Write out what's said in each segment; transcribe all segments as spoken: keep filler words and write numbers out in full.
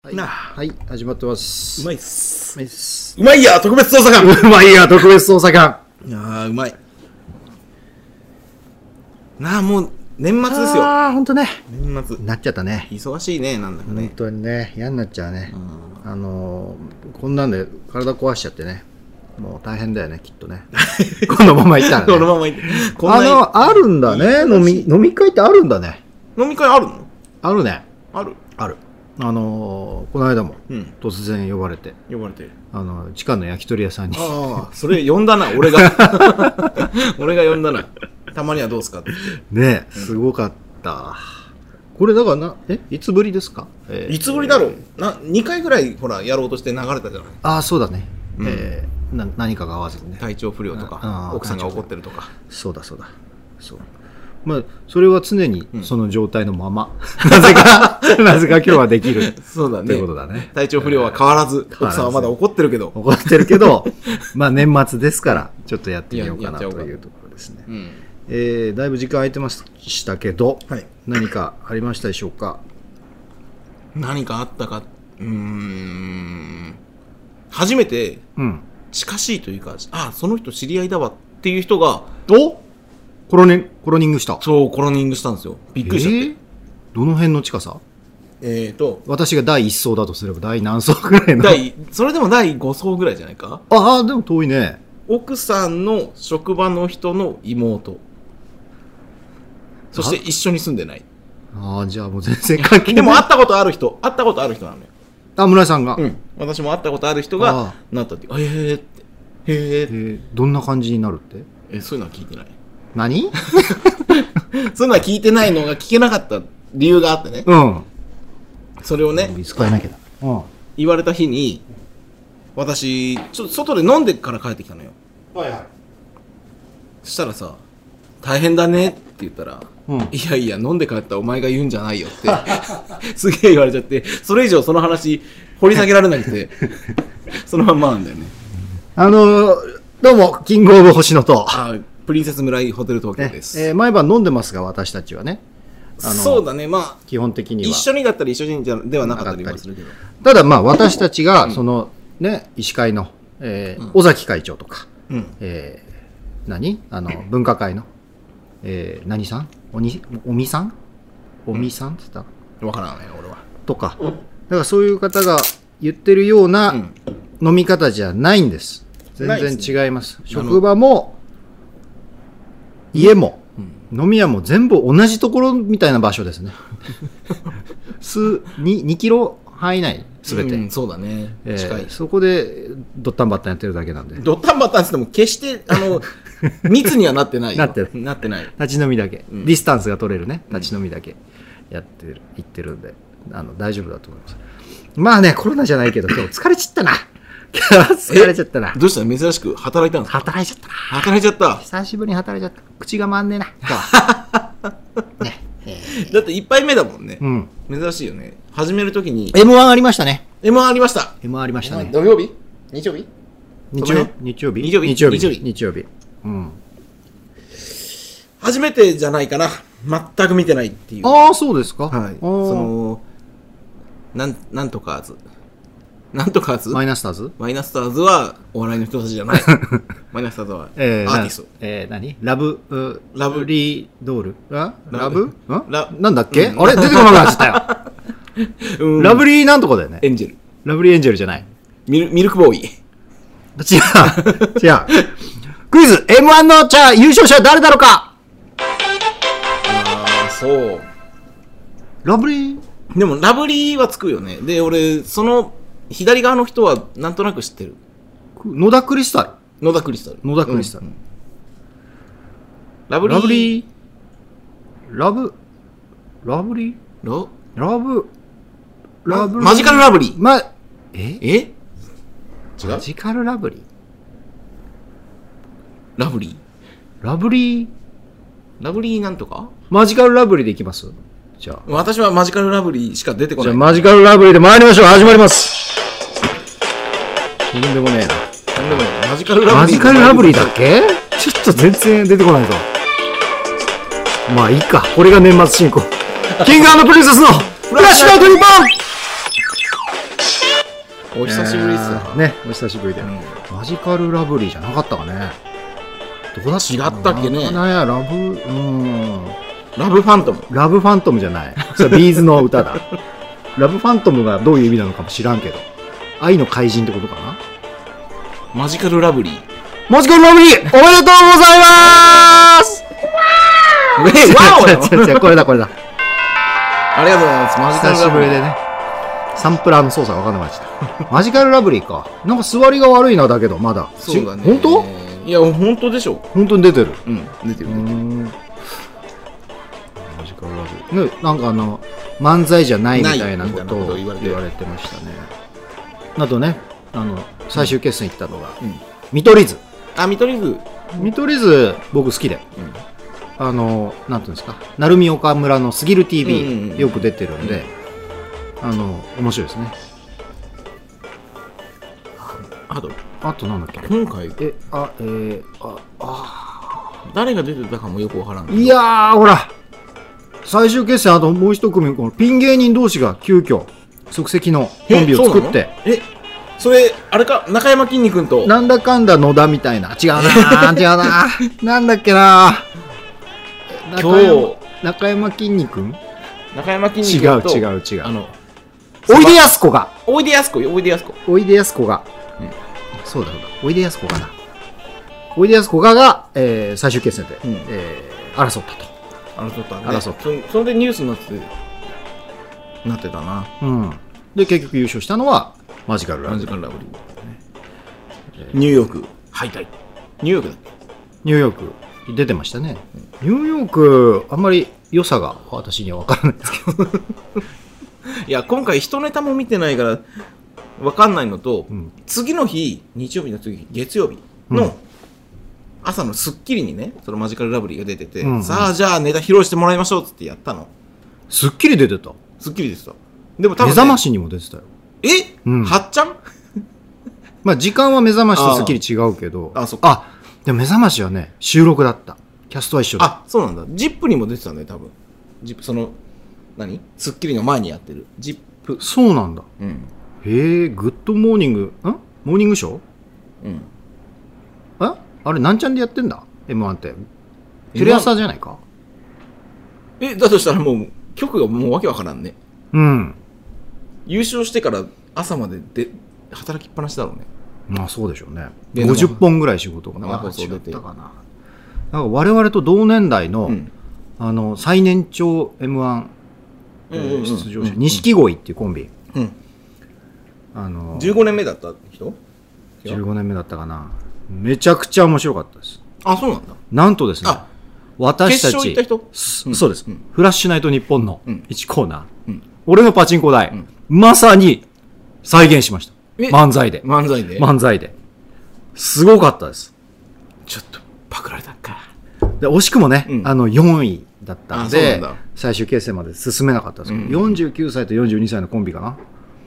はい、はい、始まってます。 うまいっす。 うまいっす。 うまいや特別捜査官。 うまいや特別捜査官。 いやーうまい。なあもう年末ですよ。 ああ本当ね。 年末。 なっちゃったね。 忙しいねなんだかね。 本当にね嫌になっちゃうね。あのー、こんなんで体壊しちゃってね。もう大変だよねきっとね。このままいったらね。 このままいって。こんなあのあるんだね飲み飲み会ってあるんだね。 飲み会あるの？ あるね。 ある。 ある。あのー、この間も、うん、突然呼ばれて呼ばれてあの地下の焼き鳥屋さんにああそれ呼んだな俺が俺が呼んだなたまにはどうすかってねえすごかった、うん、これだからなえいつぶりですか、 えー、いつぶりだろうなにかいぐらいほらやろうとして流れたじゃないああそうだね、うんえー、な何かが合わずにね体調不良とか奥さんが怒ってるとかそうだそうだそうまあ、それは常にその状態のまま、うん、なぜかなぜか今日はできるそうだねということだね体調不良は変わらず、えー、奥さんはまだ怒ってるけど怒ってるけどまあ年末ですからちょっとやってみようかなというところですね、うんえー、だいぶ時間空いてましたけど、はい、何かありましたでしょうか何かあったかうーん初めて近しいというか、うん、あその人知り合いだわっていう人がおコロネコロニングしたそうコロニングしたんですよびっくりしちゃって、えー、 どの辺の近さえーと私がだいいっ層だとすれば第何層ぐらいの第それでもだいご層ぐらいじゃないかああでも遠いね奥さんの職場の人の妹そして一緒に住んでないああじゃあもう全然関係ないでも会ったことある人会ったことある人なのよあ村井さんが、 うん、私も会ったことある人がなったってへえってへえどんな感じになるってえそういうのは聞いてない何そういうのは聞いてないのが聞けなかった理由があってね。うん。それをね、 使えなきゃだ。うん。 言われた日に、私、ちょっと外で飲んでから帰ってきたのよ。はいはい。そしたらさ、大変だねって言ったら、うん、いやいや、飲んで帰ったお前が言うんじゃないよって、すげえ言われちゃって、それ以上その話掘り下げられなくて、そのまんまなんだよね。 あのー、どうも、キングオブ星野と。 あプリンセス村井ホテル東京です、 えー、毎晩飲んでますが私たちはねあのそうだねまあ基本的には一緒にだったり一緒にじゃではなかったりはするけどただまあ私たちがその、うん、ね医師会の、えーうん、尾崎会長とか、うんえー、何あの分科会の、えー、何さんおにおみさんおみさんって言った分からない俺はとかだからそういう方が言ってるような飲み方じゃないんです全然違います、ね、職場も家も、うん、飲み屋も全部同じところみたいな場所ですね数 2, 2キロ範囲内すべて、うん、 そうだね、 えー、近いそこでドッタンバッタンやってるだけなんでドッタンバッタンって言っても決してあの密にはなってないよなってるなってない立ち飲みだけ、うん、ディスタンスが取れるね立ち飲みだけやってる言ってるんであの大丈夫だと思いますまあねコロナじゃないけど今日疲れちったな疲れちゃったなどうした珍しく働いたんですか働いちゃったな働いちゃった久しぶりに働いちゃった口が回んねえなねえー、だって一杯目だもんね、うん、珍しいよね始めるときにエムワン ありましたねエムワン ありましたエムワン ありましたね土曜日日曜日日曜日日曜日日曜日日曜日日曜日日曜日うん初めてじゃないかな全く見てないっていうああそうですかはいそのなんなんとかずなんとかズマイナスターズマイナスターズはお笑いの人たちじゃないマイナスターズはアーティスト、 えー、何ラブラブリードールあラブラなんだっけ、うん、あれ出てこなくなっちゃったよ、うん、ラブリーなんとかだよねエンジェルラブリーエンジェルじゃないミ ル, ミルクボーイ違う違うクイズ エムワン のじゃあ優勝者誰だろうかああそうラブリーでもラブリーはつくよねで俺その左側の人はなんとなく知ってる野田クリスタル野田クリスタル野田クリスタル、うんうん、 ラブリーラブリーラブラブリーララブラブマジカルラブリー、 ま、ええ違うマジカルラブリーラブリーラブリーラブリーなんとかマジカルラブリーでいきますじゃあ私はマジカルラブリーしか出てこないじゃあマジカルラブリーで参りましょう始まりますとんでもねえなとんでもねえマジカルラブリーマジカルラブリーだっけちょっと全然出てこないぞまあいいかこれが年末進行キング&プリンセスのフラッシュアウトリボンお久しぶりっすえーね、お久しぶりで、うん、マジカルラブリーじゃなかったかね。どこだった違ったっけね。 なんやラブうんラブファントム。 ラブファントムじゃない。それビーズの歌だ。ラブファントムがどういう意味なのかも知らんけど、愛の怪人ってことかな。 マジカルラブリー。 マジカルラブリーおめでとうございます。 えワオだよ。これだこれだ。 ありがとうございます。マジカルラブリー。久しぶりでね。 サンプラーの操作が分かんなくなっちゃった。マジカルラブリーか。なんか座りが悪いな、だけどまだ。 そうだね。 本当？ いや本当でしょ。 本当に出てる。 うん出てる。 マジカルラブリー。ね、なんかあの漫才じゃないみたいなことを言われてましたね。あとね、あの最終決戦行ったのが、うん、見取り図。 あ、見取り図。 見取り図僕好きで。うん、あのなんていうんですか、鳴海岡村のすぎる ティービー、うんうん、よく出てるんで、うん、あの面白いですね。 あとあとなんだっけ。 今回えあえー、ああ誰が出てたかもよくわからん。 いやーほら最終決戦あともう一組このピン芸人同士が急遽即席のコンビを作って。 えそれあれか中山きんに君となんだかんだ野田みたいな。違うな違うななんだっけな今日中山きんに君中山きんに君と違う違う違うあのおいでやすこがおいでやすこおいでやすこおいでやすこが、うん、そうだそうだおいでやすこがなおいでやすこがが、えー、最終決戦で、うんえー、争ったと争ったね争ったそ, それでニュースになってなってたな。 うんで結局優勝したのはマジカルラブリー。 マジカルラブリー、えー、ニューヨーク敗退。ニューヨークだっけ。 ニューヨーク出てましたね、うん、ニューヨークあんまり良さが私には分からないですけどいや今回一ネタも見てないから分かんないのと、うん、次の日日曜日の次月曜日の朝の『スッキリ』にねそのマジカルラブリーが出てて、うんうん、さあじゃあネタ披露してもらいましょうっつってやったの。 スッキリ出てた。 スッキリ出てた。でも多分、ね、 目覚ましにも出てたよ。 え、うん、はっちゃんまあ時間は目覚ましとスッキリ違うけど。 ああそっか。 あでも目覚ましはね収録だった。キャストは一緒だ。 あそうなんだ。ジップにも出てたね多分。ジップその何スッキリの前にやってるジップ。 そうなんだ。 うん、 へえグッドモーニングんモーニングショー。 うんああれなんちゃんでやってんだ エムワン って。テレ朝じゃないか。 えだとしたらもう曲がもうわけわからんね。 うん優勝してから朝までで働きっぱなしだろうね。 まあそうでしょうね。ごじゅっぽんぐらい仕事が生放送出てたかな。なんか我々と同年代の、うん、あの最年長 エムワン 出場者錦鯉っていうコンビ、 うん、 あのじゅうごねんめだった人じゅうごねんめだったかな。めちゃくちゃ面白かったです。 あそうなんだ。 なんとですね私たち決勝行った人、 うん、そうです、うん、フラッシュナイト日本のいちコーナー、 うん、 俺のパチンコ台、うん、まさに再現しました。漫才で漫才で漫才ですごかったです。 ちょっとパクられたか。 で惜しくもね、うん、あのよんいだったんで最終決戦まで進めなかったんですけど、うん、よんじゅうきゅうさいとよんじゅうにさいのコンビかな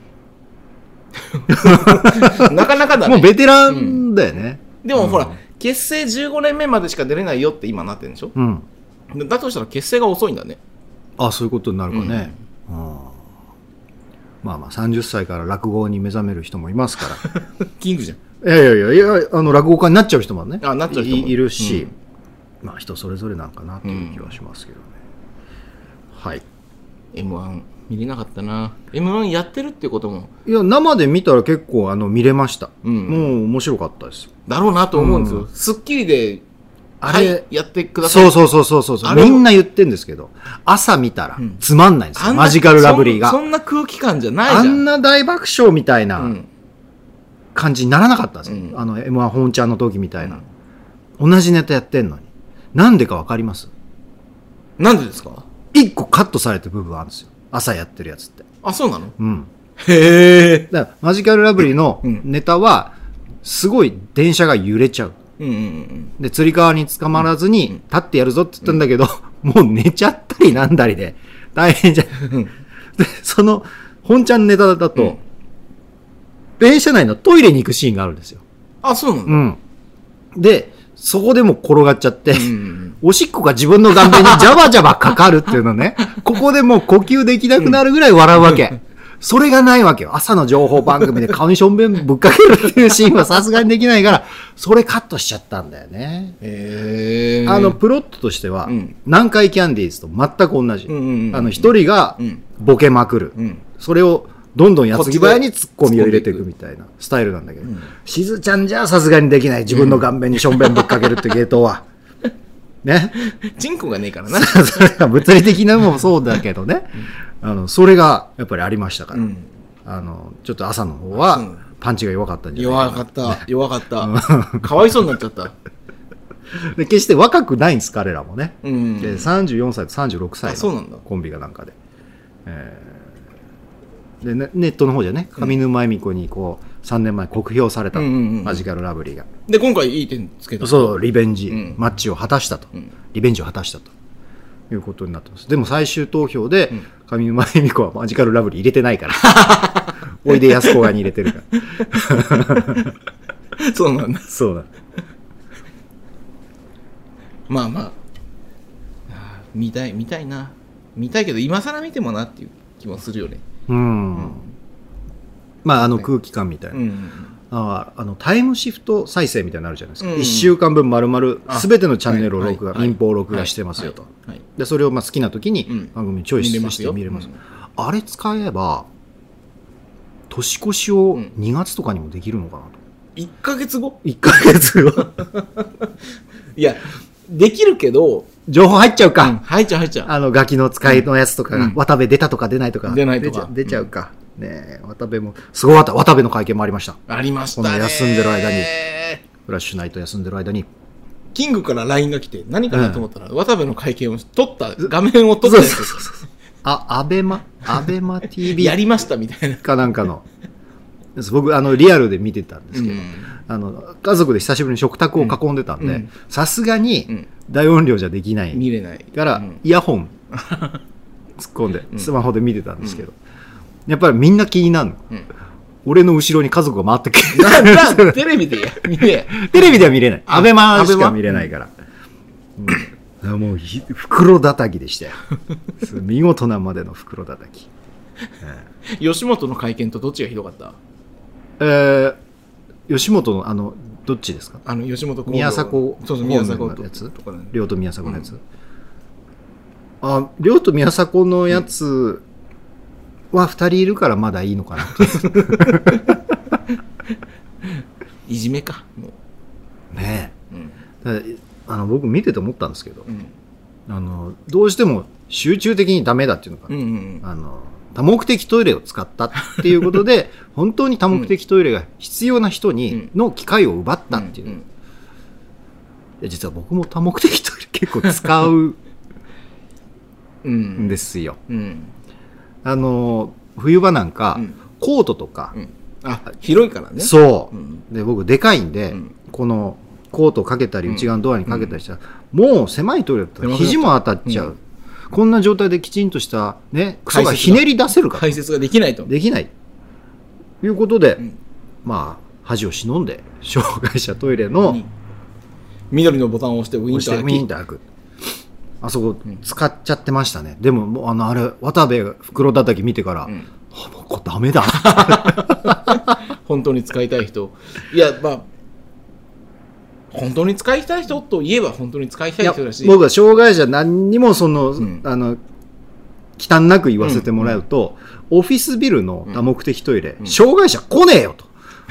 なかなかだね。 もうベテランだよね、 うん、でもほら、うん、結成じゅうごねんめまでしか出れないよって今なってるんでしょ、 うん、 だとしたら結成が遅いんだね。 あそういうことになるかね、うん、あまあまあさんじゅっさいから落語に目覚める人もいますからキングじゃん。 いやいやいやいやあの落語家になっちゃう人もねあなっちゃう人もい, いるし、うん、まあ人それぞれなんかなという気はしますけどね、うん、はい。 エムワン 見れなかったな。 エムワン やってるってこともいや生で見たら結構あの見れました、 うん、 もう面白かったですだろうなと思うんですよ、うん、スッキリであれ、 はい、やってください。 そうそうそうそうそうみんな言ってんですけど朝見たらつまんないんですよ、うん、マジカルラブリーがそ, そんな空気感じゃないじゃん。 あんな大爆笑みたいな感じにならなかったんですよ、うん、あの エムワン 本ちゃんの時みたいな、うん、同じネタやってんのになんでかわかります？ なんでですか？ いっこカットされてる部分あるんですよ朝やってるやつって。 あそうなの？ うんへえ。 だからマジカルラブリーのネタはすごい電車が揺れちゃう、 うんうんうん、 でつり革に捕まらずに立ってやるぞって言ったんだけど、うん、もう寝ちゃったりなんだりで大変じゃん、うん、でその本ちゃんネタだと、うん、電車内のトイレに行くシーンがあるんですよ。 あそうなんだ、 うん、でそこでも転がっちゃって、うんうん、おしっこが自分の顔面にジャバジャバかかるっていうのねここでもう呼吸できなくなるぐらい笑うわけ、うん、 それがないわけよ。朝の情報番組で顔にしょんべんぶっかけるっていうシーンはさすがにできないから、それカットしちゃったんだよね。 へー。 あの、プロットとしては、 うん、 南海キャンディーズと全く同じ。 うんうんうん、 あの、一人がボケまくる。うん、それをどんどん矢継ぎ早にツッコミを入れていくみたいなスタイルなんだけど、うん、しずちゃんじゃさすがにできない。自分の顔面にしょんべんぶっかけるって芸当は。ね。 チンコがねえからな。 それは物理的なのもそうだけどね。あの、それがやっぱりありましたから。うん、あの、ちょっと朝の方はパンチが弱かったんじゃないかな。 弱かった。弱かった。かわいそうになっちゃった。 で決して若くないんです、彼らもね。 うん、 でさんじゅうよんさいとさんじゅうろくさいのコンビがなんかで。えー、でね、ネットの方じゃね、上沼恵美子にこう、さんねんまえ酷評された、うんうんうん、マジカルラブリーが。 で、今回いい点つけた。 そう、リベンジ、 うん、 マッチを果たしたと、うん。リベンジを果たしたと。いうことになってます。でも最終投票で、うん、上沼恵美子はマジカルラブリー入れてないから。おいでやすこがに入れてるから。 そうなんだ。 そうだ。 まあまあ、あ見たい、見たいな。見たいけど、今更見てもなっていう気もするよね。 うん。うん、まあ、あの空気感みたいな。うんうん、ああのタイムシフト再生みたいになのあるじゃないですか。うんうん、いっしゅうかんぶん丸々すべてのチャンネルを録画、はい、民放を録画してますよと。はいはい、で、それをまあ好きな時に番組にチョイスして見れます。うん、あれ使えば、年越しをにがつとかにもできるのかなと。 いっかげつご ? いっ ヶ月後いや、できるけど、 情報入っちゃうか。うん、 入っちゃう入っちゃう。 あの、ガキの使いのやつとかが、うん、渡部出たとか出ないとか。 出ないとか。 出ちゃうか。うん、ねえ、渡部も、すごかった。渡部の会見もありました。 ありましたね。 この休んでる間に、フラッシュナイト休んでる間に。 キングから ライン が来て、何かなと思ったら、うん、渡部の会見を撮った、画面を撮ったやつです。そうそうそうそう。あ、アベマ、アベマ ティービー。 やりましたみたいな。 かなんかの。僕、あの、リアルで見てたんですけど、うん、あの、家族で久しぶりに食卓を囲んでたんで、さすがに大音量じゃできない。 見れない。 から、うん、イヤホン突っ込んで、スマホで見てたんですけど、うん、やっぱりみんな気になるの。うん、俺の後ろに家族が回ってくる。 なんだ、テレビでや見れテレビでは見れない。アベマしか見れないから。うん、もう、袋叩きでしたよ。見事なまでの袋叩き。 吉本の会見とどっちがひどかった？ えー、吉本のあのどっちですか？ あの吉本興業宮迫そうそう宮迫のやつとかね。亮と宮迫のやつ。うん、あ、亮と宮迫のやつはふたりいるからまだいいのかな。 いじめか。もうねえ。うん、あの僕見てて思ったんですけど、うん、あのどうしても集中的にダメだっていうのかな。うんうんうん、あの多目的トイレを使ったっていうことで本当に多目的トイレが必要な人にの機会を奪ったっていう、うんうん、いや実は僕も多目的トイレ結構使うんですよ、うんうん、あの冬場なんか、うん、コートとか、 うん、あ広いからねそう、うん、で僕でかいんで、うん、このコートをかけたり内側のドアにかけたりしたら、うん、もう狭いトイレだったら肘も当たっちゃう、うん、こんな状態できちんとしたね、クソがひねり出せるか解説ができないと。 できない。ということで、うん、まあ、恥を忍んで、障害者トイレの、 緑のボタンを押してウィンと開く。 ウィンと開く。あそこ、使っちゃってましたね。でも、もうあの、あれ、渡部袋叩き見てから、うん、あ、もうこれダメだ。 本当に使いたい人。いや、まあ、本当に使いたい人といえば本当に使いたい人だし、 僕は障害者何にもその、うん、あの忌憚なく言わせてもらうと、うん、オフィスビルの多目的トイレ、うん、障害者来ねえよと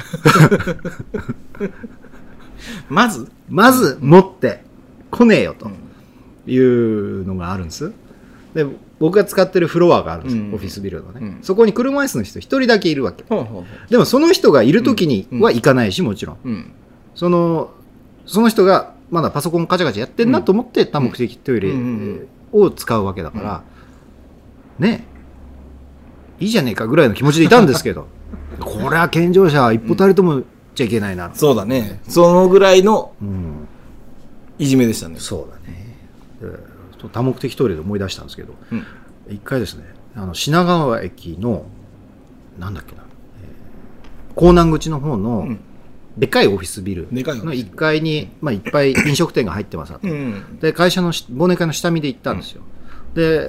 まずまず持って来ねえよというのがあるんです。で僕が使ってるフロアがあるんです、うん、オフィスビルのね、うん、そこに車椅子の人一人だけいるわけ、うん、でもその人がいる時には行かないし、もちろん、うん、そのその人がまだパソコンカチャカチャやってんなと思って多目的トイレを使うわけだから、ねいいじゃねえかぐらいの気持ちでいたんですけどこれは健常者は一歩たりともちゃいけないな、うん、 そうだね、そのぐらいのいじめでしたね、 うん、そうだね、えー、多目的トイレで思い出したんですけど、うん、一回ですね、あの品川駅のなんだっけな、えー、港南口の方の、うんでかいオフィスビルのいっかいに、まあ、いっぱい飲食店が入ってます、うん、で会社の忘年会の下見で行ったんですよ、うん、で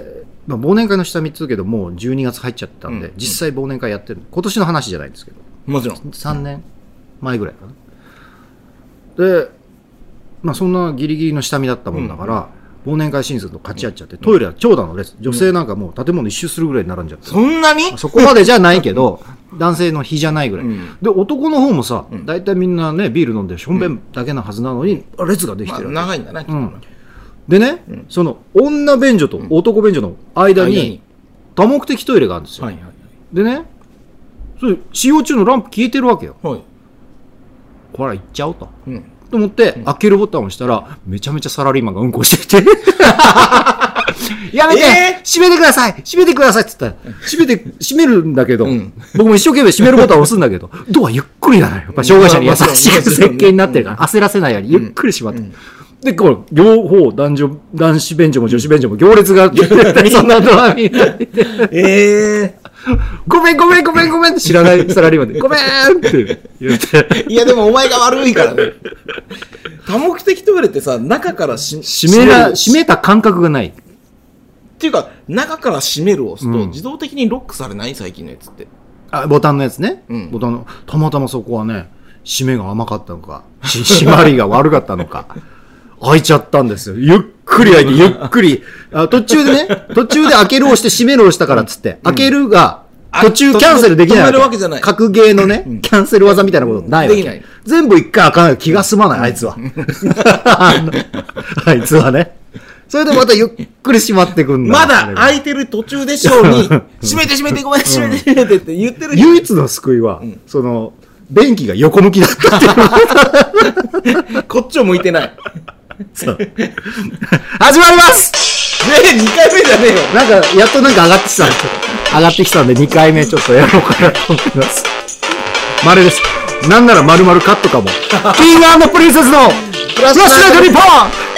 まあ、忘年会の下見っつうけどもうじゅうにがつ入っちゃったんで、 うん、 実際忘年会やってる今年の話じゃないんですけど、 もちろんさんねんまえぐらいかな。でまあそんなギリギリの下見だったもんだから、うん、忘年会シーズンと勝ち合っちゃって、トイレは長蛇の列、女性なんかもう建物一周するぐらいに並んじゃって、 そんなにそこまでじゃないけど男性の日じゃないぐらい、うん、で男の方もさ、うん、大体みんなねビール飲んでしょんべんだけのはずなのに、うん、列ができてる、 まあ、長いんだな、うん、 でね、うん、その女便所と男便所の間に多目的トイレがあるんですよ、はいはいはい、でねそれ使用中のランプ消えてるわけよ、はい、これ行っちゃおうと、うんと思って、うん、開けるボタンを押したらめちゃめちゃサラリーマンがうんこしててやめて、えー、閉めてください閉めてくださいって言ったら閉めて閉めるんだけど、うん、僕も一生懸命閉めるボタンを押すんだけどドアゆっくりなのよ。やっぱ障害者に優しい設計になってるから、うん、焦らせないようにゆっくり閉まって、うんうん、でこう両方男女男子便所も女子便所も行列があってそんなドアになっててえーごめんごめんごめんごめんって知らないサラリーマンでごめんって言っていやでもお前が悪いからね多目的トイレってさ中からし閉めら閉めた感覚がないっていうか中から閉めるを押すと、うん、自動的にロックされない最近のやつってあボタンのやつね、うん、ボタンのたまたまそこはね閉めが甘かったのか閉まりが悪かったのか開いちゃったんですよ。ゆっくり開いて、ゆっくり。あ途中でね、途中で開けるを押して閉めるを押したからっつって、うん、開けるが、途中キャンセルできないわけ。 止めるわけじゃない。 格ゲーのね、うん、キャンセル技みたいなことないわけ。できない。全部一回開かないと気が済まない、あいつは。あいつはね。それでまたゆっくり閉まってくんだ。 まだ開いてる途中でしょうに、閉めて閉めてごめん、閉めて閉めてって言ってる。 唯一の救いは、うん、その、便器が横向きだったっていう。 こっちを向いてない。 そう始まりますねえにかいめじゃねえよ。 なんかやっとなんか上がってきた上がってきたんでにかいめちょっとやろうかなと思います。丸です。なんなら丸々カットかもキング&プリンセスのフラッシュナイトニッポ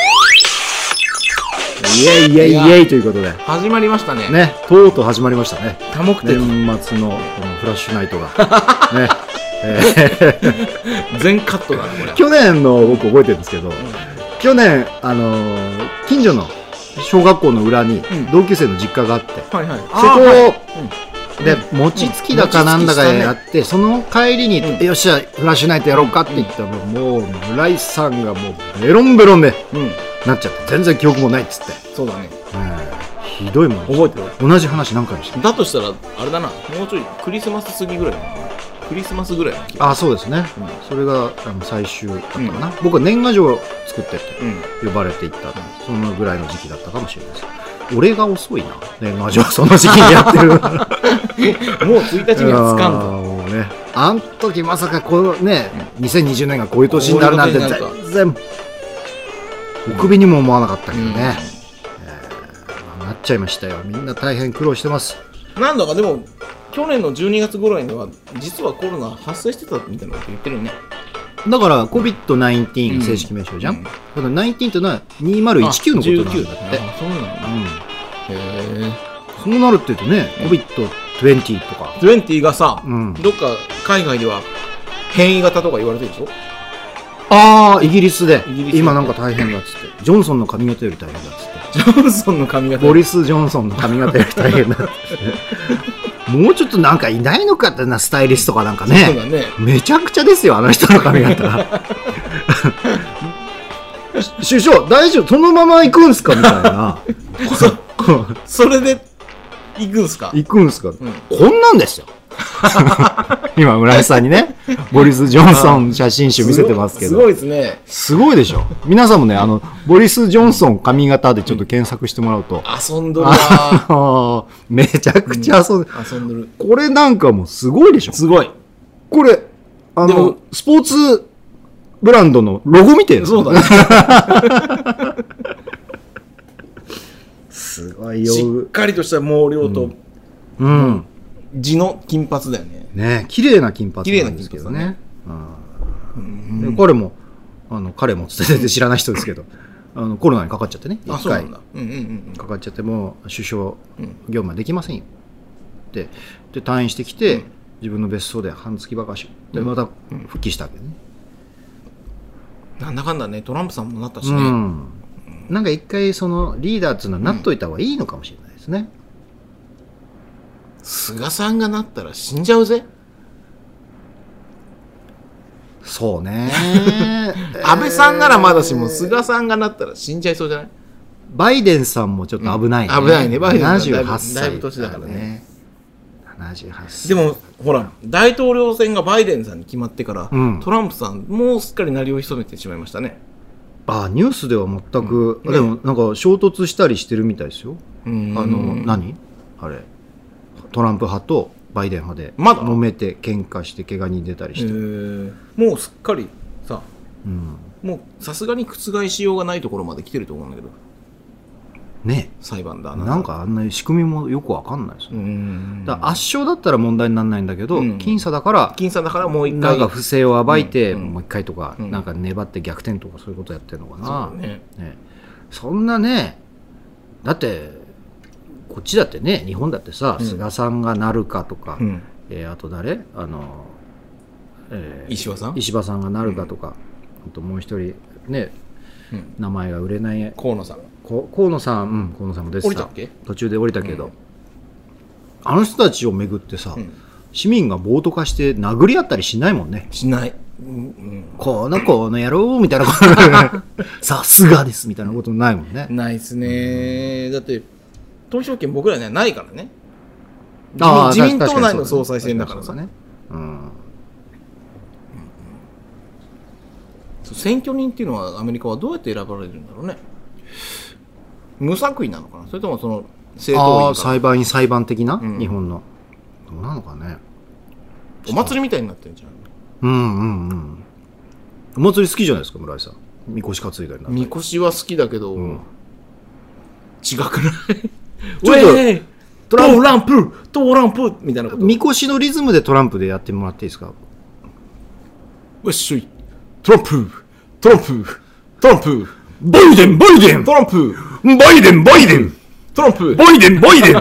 ンイエイイエイイエイということで始まりましたね。 ねとうとう始まりましたね。 多目的年末のこのフラッシュナイトがねえー、全カットだねこれ。 去年の僕覚えてるんですけど、うん去年、あのー、近所の小学校の裏に同級生の実家があって、うんはいはい、そこを、はいうん、で、うん、餅つきだかなんだかやって、うん、その帰りに、うん、よっしゃフラッシュナイトやろうかって言ったら、うん、もう村井さんがもうベロンベロンで、うん、なっちゃって全然記憶もないっつって。 そうだね、 うん、ひどいもん覚えてる。 同じ話何回もしてだとしたらあれだな、もうちょいクリスマス過ぎぐらいだな。クリスマスぐらいのあそうですね、うん、それがあの最終だったかな、うん、僕は年賀状を作ってって呼ばれていった、うん、そのぐらいの時期だったかもしれないです。俺が遅いな年賀状その時期にやってるもうついたちにはつかんともうねあん時まさかこのね、うん、にせんにじゅうねんがこういう年になるなんて全然お首にも思わなかったけどね、うんえー、なっちゃいましたよ。みんな大変苦労してます。 なんだかでも去年のじゅうにがつ頃には実はコロナ発生してたみたいなこと言ってるよね。 だから コビッドナインティーン 正式名称じゃん、うん、だからじゅうきゅうってのはにせんじゅうきゅうのことなんだって。 あそうなんだ、うん、へえ。 そうなるって言うとね、うん、コビッドにじゅうとかにじゅうがさ、うん、どっか海外では変異型とか言われてるでしょ。 ああイギリスで今なんか大変だっつってジョンソンの髪型より大変だっつってジョンソンの髪型ボリス・ジョンソンの髪型より大変だっつってもうちょっとなんかいないのかってなスタイリストかなんか ね, そうだねめちゃくちゃですよあの人の髪型首相大丈夫そのまま行くんすかみたいなそ, それで行くんすか行くんすか、うん、こんなんですよ今村井さんにねボリス・ジョンソン写真集見せてますけどすごいですね。 すごいでしょ。皆さんもねあのボリス・ジョンソン髪型でちょっと検索してもらうと、 うん、遊んどるなめちゃくちゃ遊んで、 うん、遊んどる。 これなんかもうすごいでしょ。 すごい。 これあのスポーツブランドのロゴみたいな。 そうだねすごいよ。 しっかりとした毛量と、 うん、うん地の金髪だよね。 ね、綺麗な金髪なんですけどね。うん、彼もあの彼も伝えて知らない人ですけど、あのコロナにかかっちゃってね。 あ、そうなんだ。うんうんうん、 かかっちゃってもう首相業務はできませんよ。で、で退院してきて、うん、自分の別荘で半月ばかしでまた復帰したわけね。 うん、なんだかんだねトランプさんもなったしね。 うん、なんか一回そのリーダーっていうのはなっといた方がいいのかもしれないですね。うん菅さんがなったら死んじゃうぜ。 そうね安倍さんならまだしも菅さんがなったら死んじゃいそうじゃない？ バイデンさんもちょっと危ないね、 うん、危ないね。バイデンさんななじゅうはっさいだいぶ年だからね。 ななじゅうはっさいでもほら大統領選がバイデンさんに決まってから、うん、トランプさんもうすっかり鳴りを潜めてしまいましたね。 あニュースでは全く、うんね、でもなんか衝突したりしてるみたいですよ。あの何あれトランプ派とバイデン派でまだ揉めて喧嘩して怪我人出たりして、 もうすっかりさ、 うん、 もうさすがに覆しようがないところまで来てると思うんだけどね。 裁判だな, なんかあんな仕組みもよくわかんないですよ。うんだから圧勝だったら問題にならないんだけど、うん、僅差だから僅差だからもう一回なんか不正を暴いて、うん、もう一回とか、うん、なんか粘って逆転とかそういうことやってるのかな。 そうねねそんなねだってこっちだってね日本だってさ、うん、菅さんがなるかとか、うんえー、あと誰あの、 えー、石破さん石破さんがなるかとか、うん、あともう一人ね、うん、名前が売れない河野さん河野さん、うん、河野さんも出てた。 降りたっけ？ 途中で降りたけど、うん、あの人たちをめぐってさ、うん、市民が暴徒化して殴り合ったりしないもんね。 しない、 うんうん、このこの野郎みたいなことさすがですみたいなことないもんね。 ないっすね、うん、だって投票権僕らにはないからね。 あ自民党内の総裁選だからさね、うんうん、 選挙人っていうのはアメリカはどうやって選ばれるんだろうね。無作為なのかな、それともその政党員かな。 あ裁判員裁判的な、うん、日本のどうなのかね。 お祭りみたいになってるじゃん。 うんうんうんお祭り好きじゃないですか村井さん。みこし担いだりな。 みこしは好きだけど、うん、違くないちょっとトランプトランプみたいなこと。 みこしのリズムでトランプでやってもらっていいですか。 よっしょいトランプトランプトランプバイデンバイデントランプバイデンバイデントランプバイデンバイデンいや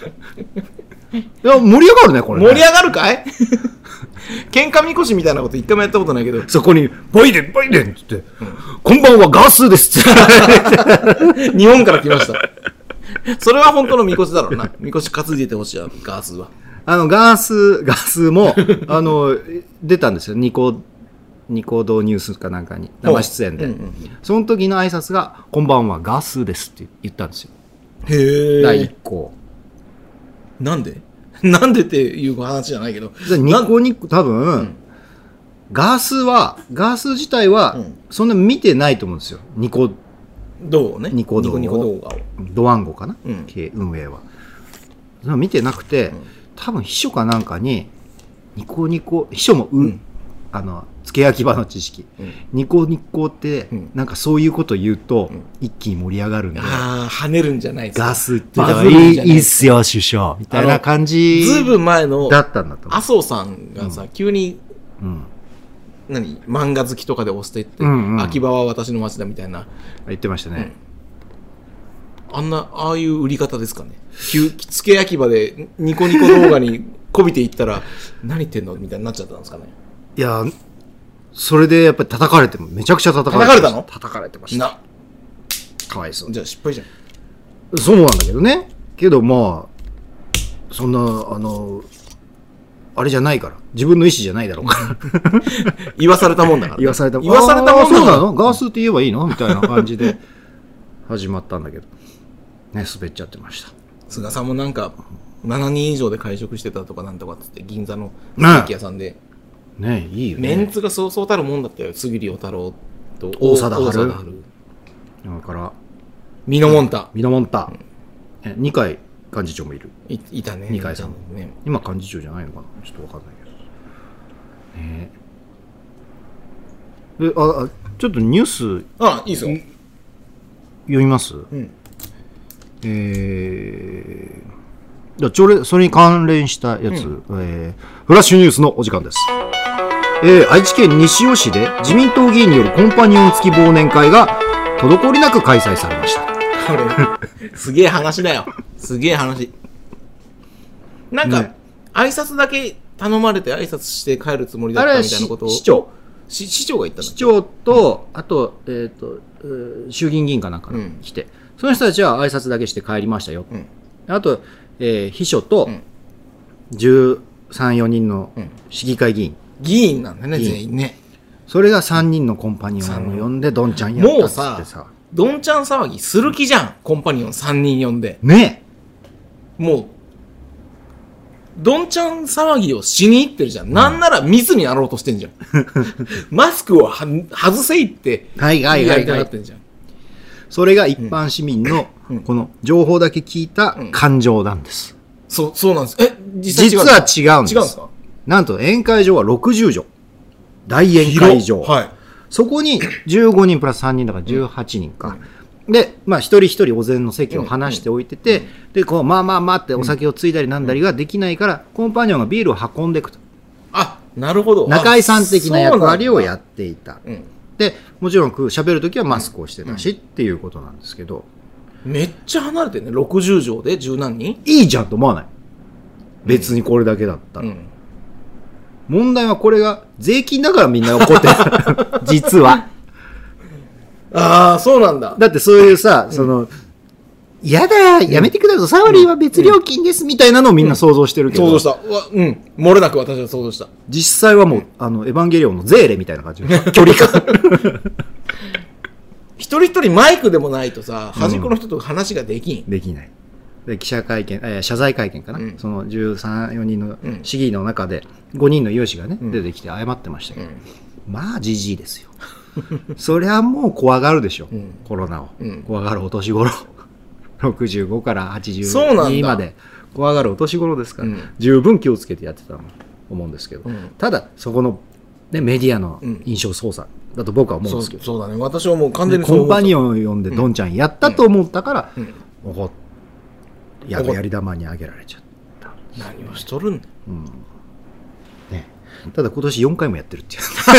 盛り上がるねこれね。 盛り上がるかい喧嘩みこしみたいなこと一回もやったことないけど、 そこにバイデンバイデンって言って、うん、こんばんはガースーですって日本から来ましたそれは本当のみこしだろうな。みこし担いでてほしいわガースーは。 あのガースガースーもあの出たんですよ。ニコニコ動ニュースかなんかに生出演で、うんうんうん、その時の挨拶がこんばんはガースーですって言ったんですよ。 へえ。 だいいっこなんでなんでっていう話じゃないけど、 ニコニコ多分、うん、ガースーはガースー自体はそんな見てないと思うんですよ。ニコ動ね。 ニコ動ニコニコ動画をドワンゴかな、 うん、 運営はそれ見てなくて、うん、多分秘書かなんかにニコニコ秘書もう、うん、あの付け焼き場の知識、うん、ニコニコって、うん、なんかそういうこと言うと、うん、一気に盛り上がるんで、 ああ跳ねるんじゃないですか。 ガースっていい、いいっすよ首相みたいな感じずいぶん前のだったんだと思う。 麻生さんがさ、うん、急に、うん、何漫画好きとかで押してって、うんうん、秋葉は私の街だみたいな言ってましたね、 うん、あんなああいう売り方ですかね。付け焼き場でニコニコ動画にこびていったら何言ってんのみたいになっちゃったんですかね。 いやそれでやっぱり叩かれてもめちゃくちゃ叩かれてたの叩かれてました。かわいそう。 じゃあ失敗じゃん。 そうなんだけどね。けどまあそんなあのあれじゃないから自分の意思じゃないだろうから言わされたもんだから、ね、 言わされた言わされたもんだから。 そうなのガースって言えばいいのみたいな感じで始まったんだけどね滑っちゃってました。 菅さんもなんかしちにん以上で会食してたとかなんとかっつって銀座のステーキ屋さんでねえいいよね。 メンツがそうそうたるもんだったよ。杉良太郎と大貞治だからミノモンタミノモンタ、うん、にかい幹事長もいる。 い, いたね。 にかいさん、ね、今幹事長じゃないのかなちょっと分かんないけど、ね、であちょっとニュースあいいですよ読みます、うん、えー、じゃあそれそれに関連したやつ、うんえー、フラッシュニュースのお時間です。えー、愛知県西尾市で自民党議員によるコンパニオン付き忘年会が滞りなく開催されました。 これすげえ話だよ。すげえ話。なんか、ね、挨拶だけ頼まれて挨拶して帰るつもりだったみたいなことを市長市市長が言ったんだ。 市長とあとえっ、ー、と衆議院議員かなんかが来て、うん、その人たちは挨拶だけして帰りましたよ。うん、あと、えー、秘書と、うんじゅうさん、よにんの市議会議員、うん、 議員なんだね全員ね。 それがさんにんのコンパニオンを呼んでどんちゃんやったっつってさ、 もうさどんちゃん騒ぎする気じゃん、コンパニオンさんにん呼んでね。 もうどんちゃん騒ぎをしに行ってるじゃん、うん、なんなら密になろうとしてんじゃんマスクをは外せいってはいはいはいはい、それが一般市民のこの情報だけ聞いた感情なんです、 うん、そうそうなんです。え実際は違うんです。 違うんですか。 なんと宴会場はろくじゅうじょう、大宴会場、はい、そこにじゅうごにんプラスさんにんだからじゅうはちにんか、うん、でまあ一人一人お膳の席を離しておいてて、うんうん、でこうまあまあまあってお酒をついだりなんだりができないから、うん、コンパニオンがビールを運んでいくと。 あ、なるほど。 中居さん的な役割をやっていた。うん、でもちろん喋るときはマスクをしてたし、うん、っていうことなんですけど、 めっちゃ離れてね、ろくじゅうじょうで十何人いいじゃんと思わない。別にこれだけだったら、うん、問題はこれが税金だからみんな怒ってる実は。 ああ、そうなんだ。 だってそういうさ、うん、そのやだやめてください、サワリーは別料金ですみたいなのをみんな想像してるけど、 うん、想像した。うん、漏れなく私は想像した。 実際はもう、うん、あのエヴァンゲリオンのゼーレみたいな感じ距離感一人一人マイクでもないとさ、端っこの人と話ができん、 うん、できない。で記者会見、えー、謝罪会見かな、うん、そのじゅうさん、よにんの市議の中でごにんの有志がね、うん、出てきて謝ってましたけど、うん、まあじじいですよそりゃもう怖がるでしょ、うん、コロナを、うん、怖がるお年頃ろくじゅうごからはちじゅうにまで怖がるお年頃ですから、うん、十分気をつけてやってたと思うんですけど、うん、ただそこの、ね、メディアの印象操作だと僕は思うんですけど、 そう、そうだね、私はもう完全にそうコンパニオンを呼んでドンちゃんやったと思ったから、うんうん、怒ってややり玉にあげられちゃった。 何をしとるんだ、うんね、ただ今年よんかいもやってるって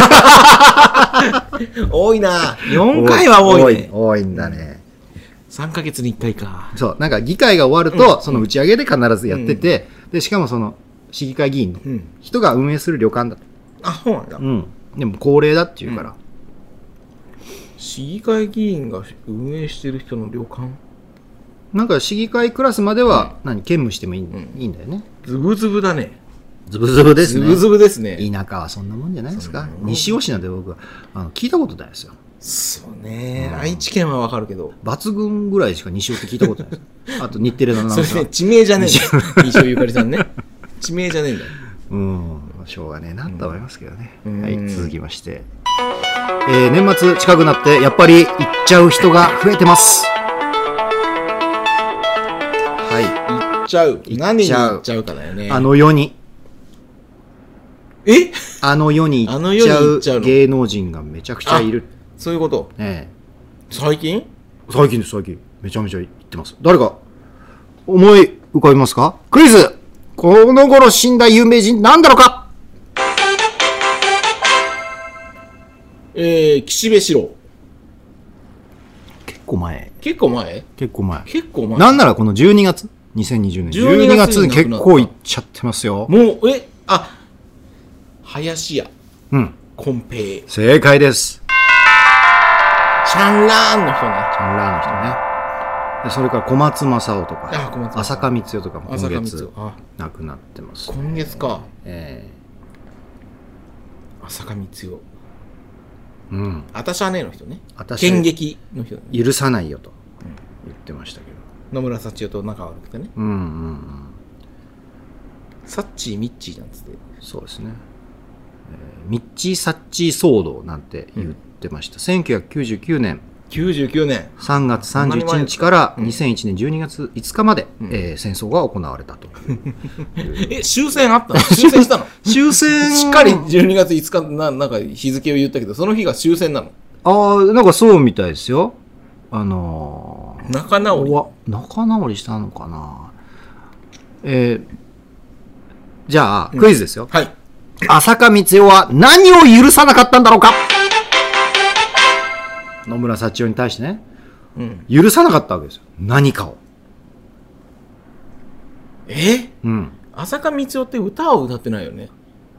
いう多いな。よんかいは多いね。 多い、多いんだね。 さんかげつにいっかいか。 そうなんか議会が終わると、うん、その打ち上げで必ずやってて、うん、でしかもその市議会議員の人が運営する旅館だと、 うん、あ、そうなんだ、 うん、でも高齢だっていうから、うん、 市議会議員が運営してる人の旅館なんか市議会クラスまでは何兼務してもいい、うん、いいんだよね。 ズブズブだね。 ズブズブですね。 ズブズブですね。 田舎はそんなもんじゃないですか。西尾市なんて僕はあの聞いたことないですよ。 そうね、うん、愛知県はわかるけど抜群ぐらいしか西尾って聞いたことないですあと日テレのなんかそれね、地名じゃねえんだよ西尾ゆかりさんね地名じゃねえんだよ。 うん、しょうがねえなと思いますけどね、うん、はい、続きまして、えー、年末近くなってやっぱり行っちゃう人が増えてます。はい、 行っちゃう。何に行っちゃうかだよね。 あの世にえあの世に行っちゃう芸能人がめちゃくちゃいる。 そういうこと、 ね、 最近最近です。最近めちゃめちゃ行ってます。誰か思い浮かびますか？クイズ。この頃死んだ有名人なんだろうか？ えー、岸辺四郎。 結構前。 結構前結構前。 結構前。 なんならこのじゅうにがつにせんにじゅうねんじゅうにがつに結構行っちゃってますよ。 もうえあ林家。 うん。 コンペイ。 正解です。 チャンラーンの人ね。 チャンラーンの人ね。でそれから小松政夫とか、 あ小松浅香光代とかも今月亡くなってます、 ね。今月か。 えー、浅香光代。 うん。 あたしゃねえの人ね。剣劇の人、ね。 許さないよと言ってましたけど。 野村幸代と仲悪くてね。 うんうんうん。 サッチーミッチーなんつって。 そうですね。えー、ミッチーサッチー騒動なんて言ってました。うん、せんきゅうひゃくきゅうじゅうきゅうねん。 きゅうじゅうきゅうねんさんがつさんじゅういちにちからにせんいちねんじゅうにがついつかまで、うんえー、戦争が行われたとえ終戦あったの？終戦したの？ 終戦しっかりじゅうにがついつか な, なんか日付を言ったけどその日が終戦なの？ ああなんかそうみたいですよ。あのー、 仲直り仲直りしたのかな。えー、じゃあクイズですよ、 うん、はい。 浅香光代は何を許さなかったんだろうか？野村幸代に対してね、うん、許さなかったわけですよ。何かを。 え？ うん。 浅香光代って歌を歌ってないよね。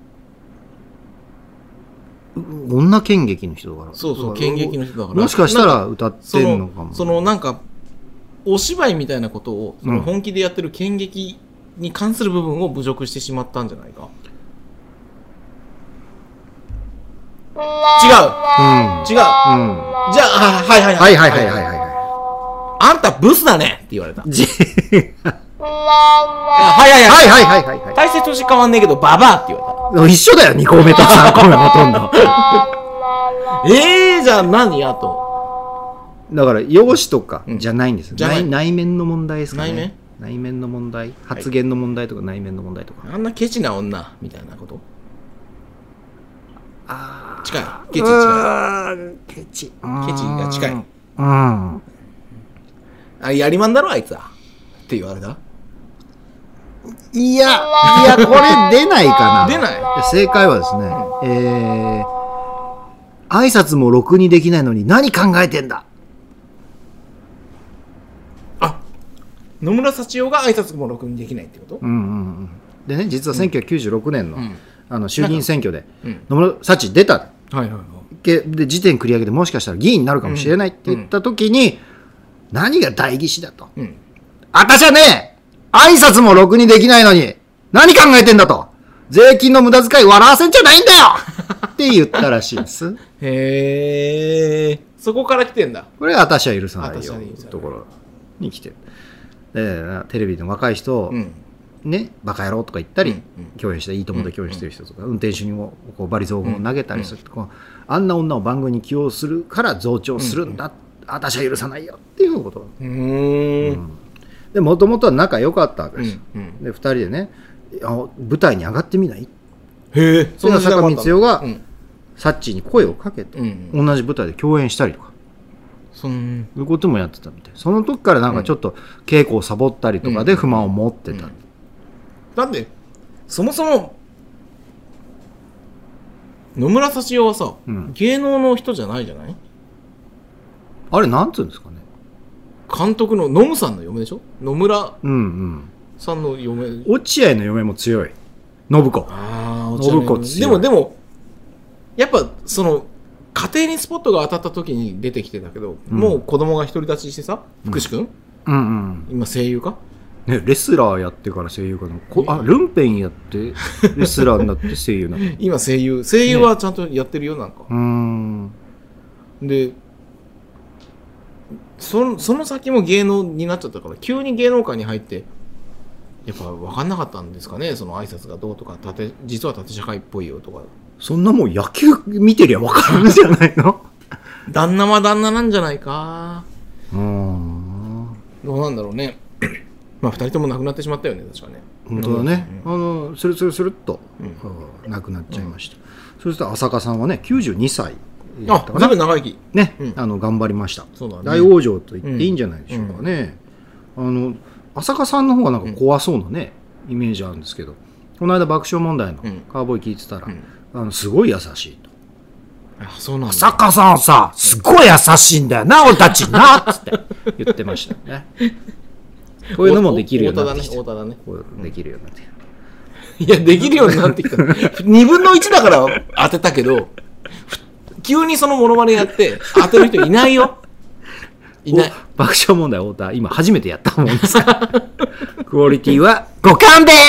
女剣劇の人だから。 そうそう、剣劇の人だから。 もしかしたら歌ってんのかも。 その、そのなんかお芝居みたいなことをその本気でやってる剣劇に関する部分を侮辱してしまったんじゃないか。違う、うん、違う、うん、じゃあ、はいはいはいはいはいはいはいはい、あんたブスだねって言われた。はいはいはいはいはいはいはい、体勢年変わんねえけどババアって言われた。 一緒だよ、にこめとさんこめほとんど。 えー、じゃあ何あとだから容姿とかじゃないんです、うん、内, 内面の問題ですかね。内面内面の問題、発言の問題とか内面の問題とか、 はい、あんなケチな女みたいなこと。 あ近い、ケチ近い、ケチケチが近い、うん、 あやりまんだろあいつはって言われた。 いやいや、これ出ないかな。 出ない。 正解はですね、うん、えー、挨拶もろくにできないのに何考えてんだ。 あ、野村幸男が挨拶もろくにできないってこと。 うんうんうん。でね、実はせんきゅうひゃくきゅうじゅうろくねんの、うん、あの衆議院選挙で、うん、野村幸出た、はいはいはい、で時点繰り上げでもしかしたら議員になるかもしれないって言った時に、うん、何が代議士だと、うん、あたしはね挨拶もろくにできないのに何考えてんだと、税金の無駄遣い笑わせんじゃないんだよって言ったらしいです。 へえ、そこから来てんだ。 これはあたしは許さないよところに来てる。でテレビの若い人、うんね、バカ野郎とか言ったり、うんうん、共演したいいともで共演してる人とか、うんうん、運転手にもこう罵詈雑言を投げたりすると、うんうん、あんな女を番組に起用するから増長するんだ、うんうん、私は許さないよっていうこと。うーん、うん、でもともとは仲良かったわけです、うんうん、でふたりでね、あ舞台に上がってみない。 へえ。 それが坂光代が、うん、サッチーに声をかけて、うんうん、同じ舞台で共演したりとか、そんそういうこともやってたみたい。その時からなんかちょっと稽古をサボったりとかで不満を持ってた、うんうんうん、 だってそもそも野村幸代はさ、うん、芸能の人じゃないじゃない。 あれなんつうんですかね、 監督のノムさんの嫁でしょ。野村さんの嫁、うんうん、落合の嫁も強い。信子。 ああ、信子強い。でもでもやっぱその家庭にスポットが当たった時に出てきてたけど、うん、もう子供が独り立ちしてさ、福士君、うんうんうん、今声優かね、レスラーやってから声優かな、こあルンペンやってレスラーになって声優なの今声優声優はちゃんとやってるよ、なんか、ね、うーんで そ, その先も芸能になっちゃったから、急に芸能界に入ってやっぱ分かんなかったんですかね、その挨拶がどうとか、縦実は縦社会っぽいよとか。 そんなもう野球見てりゃ分かるんじゃないの旦那は旦那なんじゃないか。うーん、どうなんだろうねまあふたりとも亡くなってしまったよね、確かね。 本当だね、うん、あのスルスルスルっと、うん、亡くなっちゃいました、うん、そして浅香さんはねきゅうじゅうにさいだったかな。 あ、ずいぶん長生きね、うん、あの頑張りました。そうだね、大往生と言っていいんじゃないでしょうかね、うんうん、あの浅香さんの方がなんか怖そうなね、うん、イメージあるんですけど、この間爆笑問題のカーボーイ聞いてたら、うん、あのすごい優しいと。 あ、そうなんだ。 浅香さんさすごい優しいんだよな俺たちなっつって言ってましたよねこういうのもできるようになってきて、 太田だね、 こうできるようになってきて、いやできるようになってきたにぶんのいちだから当てたけど急にそのモノマネやって当てる人いないよ。いない。 爆笑問題太田今初めてやったもんですからクオリティはご勘弁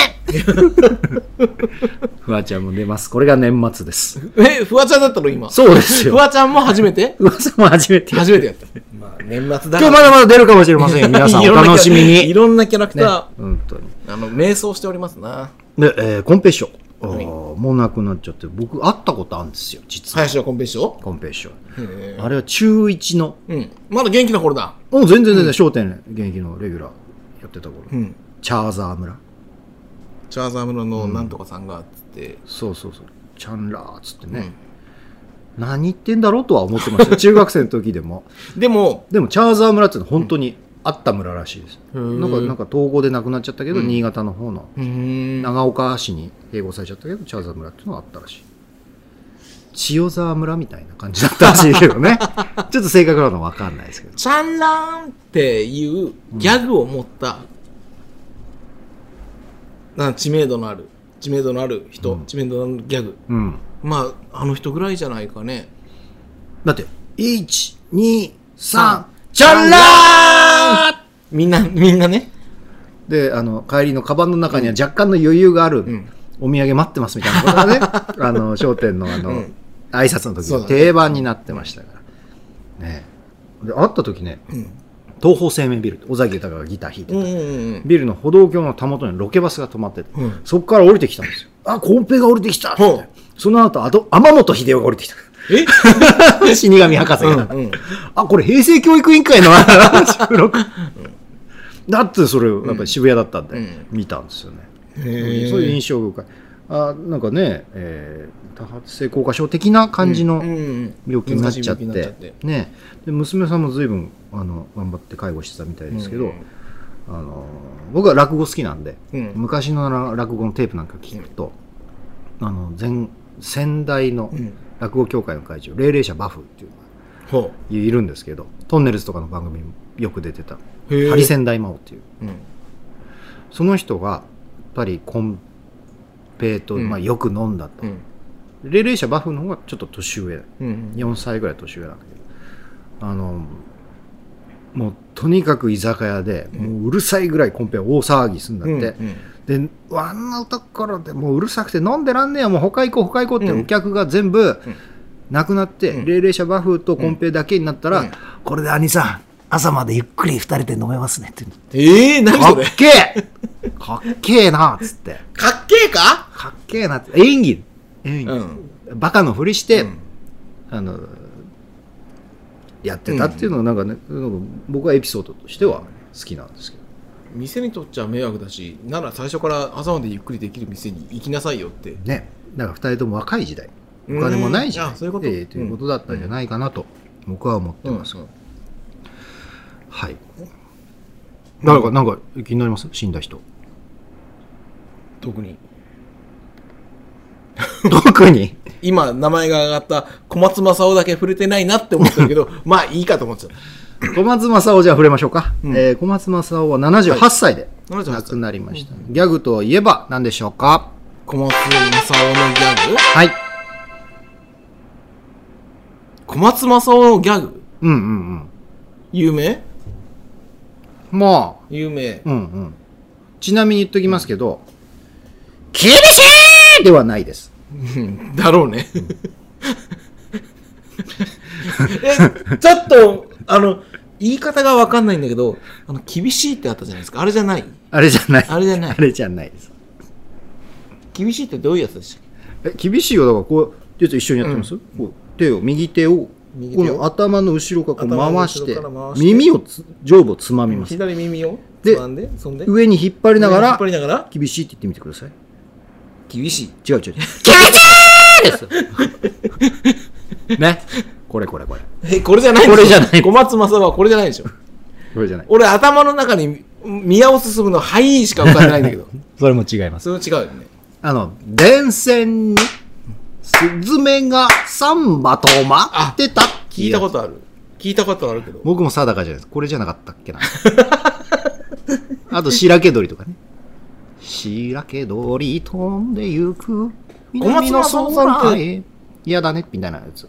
フワちゃんも出ます。これが年末です。 え、フワちゃんだったの今。 そうですよ。 フワちゃんも初めて。 フワちゃんも初めて初めてやった、まあ、年末だから。 今日まだまだ出るかもしれませんよ皆さんお楽しみに。 いろんなキャラクター、ね、 本当にあの迷走しておりますな。 で、えー、コンペッション、はい、もうなくなっちゃって、僕会ったことあるんですよ実は。 林家コンペッション。 コンペッション、あれは中いちの、 うん、まだ元気な頃だ。 もう全然全然笑点、ね、現役のレギュラーやってた頃、うん、チャーザー村チャーザー村のなんとかさんがっつって、うん、 そうそうそうチャンラーっつってね、うん、何言ってんだろうとは思ってました中学生の時でもでもでもチャーザー村ってのは本当にあった村らしいです、うん、なんかなんか統合でなくなっちゃったけど、うん、新潟の方の長岡市に併合されちゃったけどチャーザー村っていうのがあったらしい。千代沢村みたいな感じだったらしいけどねちょっと正確なのは分かんないですけど、 チャンランっていうギャグを持った、うん、なん知名度のある知名度のある人、うん、知名度のあるギャグ、うん、まああの人ぐらいじゃないかね。 だっていちにさんチャンラーンみんなみんなねであの帰りのカバンの中には若干の余裕がある、うん、お土産待ってますみたいなことがねあの商店のあの、うん、挨拶の時の定番になってましたからね。で会った時ね、うん、東宝生命ビル尾崎豊がギター弾いてた、うんうんうん、ビルの歩道橋のたもとにロケバスが止まってて、うん、そこから降りてきたんですよ。あ、コンペが降りてきたって、うん、その後あと天本秀夫が降りてきた。え死神博士が、うんうん、あ、これ平成教育委員会の収録、うん、だってそれやっぱり渋谷だったんで、うん、見たんですよね。へそういう印象深い。あ、なんかね、えー、多発性硬化症的な感じの病気になっちゃって、うんうんうん、ね、で娘さんも随分あの頑張って介護してたみたいですけど、うんうん、あの僕は落語好きなんで、うん、昔の落語のテープなんか聞くと、うん、あの前先代の落語協会の会長、霊霊者バフっていうのがいるんですけど、トンネルズとかの番組によく出てたハリセン大魔王っていう、うん、その人がやっぱりコンペと、うん、まあ、よく飲んだと、うん、霊霊者バフの方がちょっと年上、うん、よんさいぐらい年上なんだけど、あのもうとにかく居酒屋で、うん、もううるさいぐらいコンペ大騒ぎするんだって、うんうん、であんなところでもううるさくて飲んでらんねえよ、もう他行こう他行こうってお客が全部、うん、なくなって、うん、霊霊者バフとコンペだけになったら、うん、これで兄さん朝までゆっくりふたりで飲めますねって言う。 えー、何それかっけえかっけえなっつってかっけえかかっけえなって演技演技、うん、バカのふりして、うん、あのやってたっていうのがなんかね、うん、僕はエピソードとしては好きなんですけど、 店にとっちゃ迷惑だし、なら最初から朝までゆっくりできる店に行きなさいよってね。だからふたりとも若い時代、お金もない時代、そういうこと、えー、ということだったんじゃないかなと僕は思ってます、うんうん、はい。誰かなんか気になります？死んだ人。 特に特に今名前が挙がった小松政夫だけ触れてないなって思ってるけどまあいいかと思っちゃった小松政夫じゃあ触れましょうか、うん、えー、小松政夫はななじゅうはっさいで亡くなりました、はい、ギャグといえば何でしょうか？ 小松政夫のギャグ。 はい。 小松政夫のギャグ。 うんうんうん。 有名？ まあ有名。 うんうん。ちなみに言っときますけど、うん、厳しいではないです。 だろうね。え、ちょっとあの言い方が分かんないんだけど、あの厳しいってあったじゃないですか。あれじゃない？ あれじゃない。 あれじゃない。 あれじゃないです。 厳しいってどういうやつでしたっけ？え、厳しいよ。だからこうちょっと一緒にやってます？うん、こう手を右手をこの頭の後ろからこう回して耳をつ上部をつまみます。 左耳をつまんで、そんで上に引っ張りながら厳しいって言ってみてください。 厳しい。 違う違う違う。厳しいですね。これこれこれ。 え、これじゃない。 これじゃない。 小松政夫はこれじゃないでしょ。 これじゃない。 俺頭の中に宮尾進のはいしか浮かんでないんだけど。 それも違います。 それも違うよね。 あの電線にスズメがサンバと舞ってた。 聞いたことある。聞いたことあるけど。 僕も定かじゃないです。これじゃなかったっけな。あと白毛鳥とかね。白毛鳥飛んでゆく南の空へ嫌だねみたいなやつ。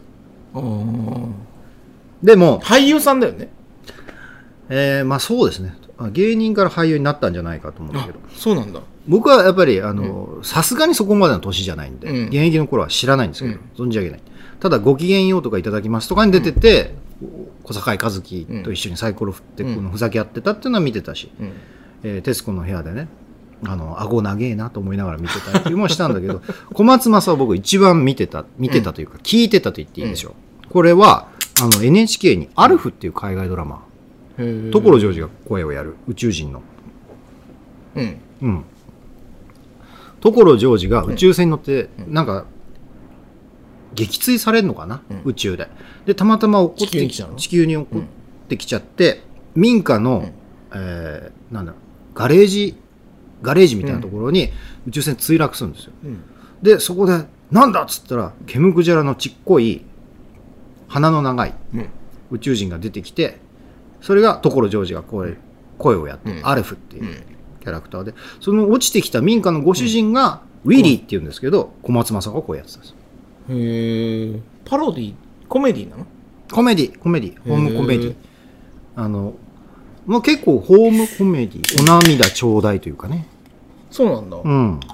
でも俳優さんだよね。 えー、まあそうですね。芸人から俳優になったんじゃないかと思うんだけど。 そうなんだ。 僕はやっぱりあのさすがにそこまでの年じゃないんで、うん、現役の頃は知らないんですけど、うん、存じ上げない。ただごきげんようとかいただきますとかに出てて、うん、小坂井和樹と一緒にサイコロ振ってこのふざけ合ってたっていうのは見てたし、うん、えー、徹子の部屋でね、あの顎長えなと思いながら見てたりもしたんだけど小松政夫僕一番見てた見てたというか、うん、聞いてたと言っていいでしょう、うん、これはあの エヌエイチケー にアルフっていう海外ドラマ、所ジョージが声をやる宇宙人のうんうん所ジョージが宇宙船に乗って、うん、なんか撃墜されるのかな、うん、宇宙ででたまたま起こって地球に来ちゃうの？ 地球に起こってきちゃって、うん、民家の、うん、えー、なんだガレージガレージみたいなところに宇宙船墜落するんですよ、うん、でそこでなんだっつったらケムクジャラのちっこい鼻の長い宇宙人が出てきて、それが所ジョージが声、声をやって、うん、アルフっていうキャラクターで、その落ちてきた民家のご主人がウィリーっていうんですけど、小松政夫がこうやってたんです。 へえ。パロディコメディなの？ コメディコメディホームコメディ。あのまあ、結構ホームコメディお涙ちょうだいというかね。 そうなんだ。 うん。あ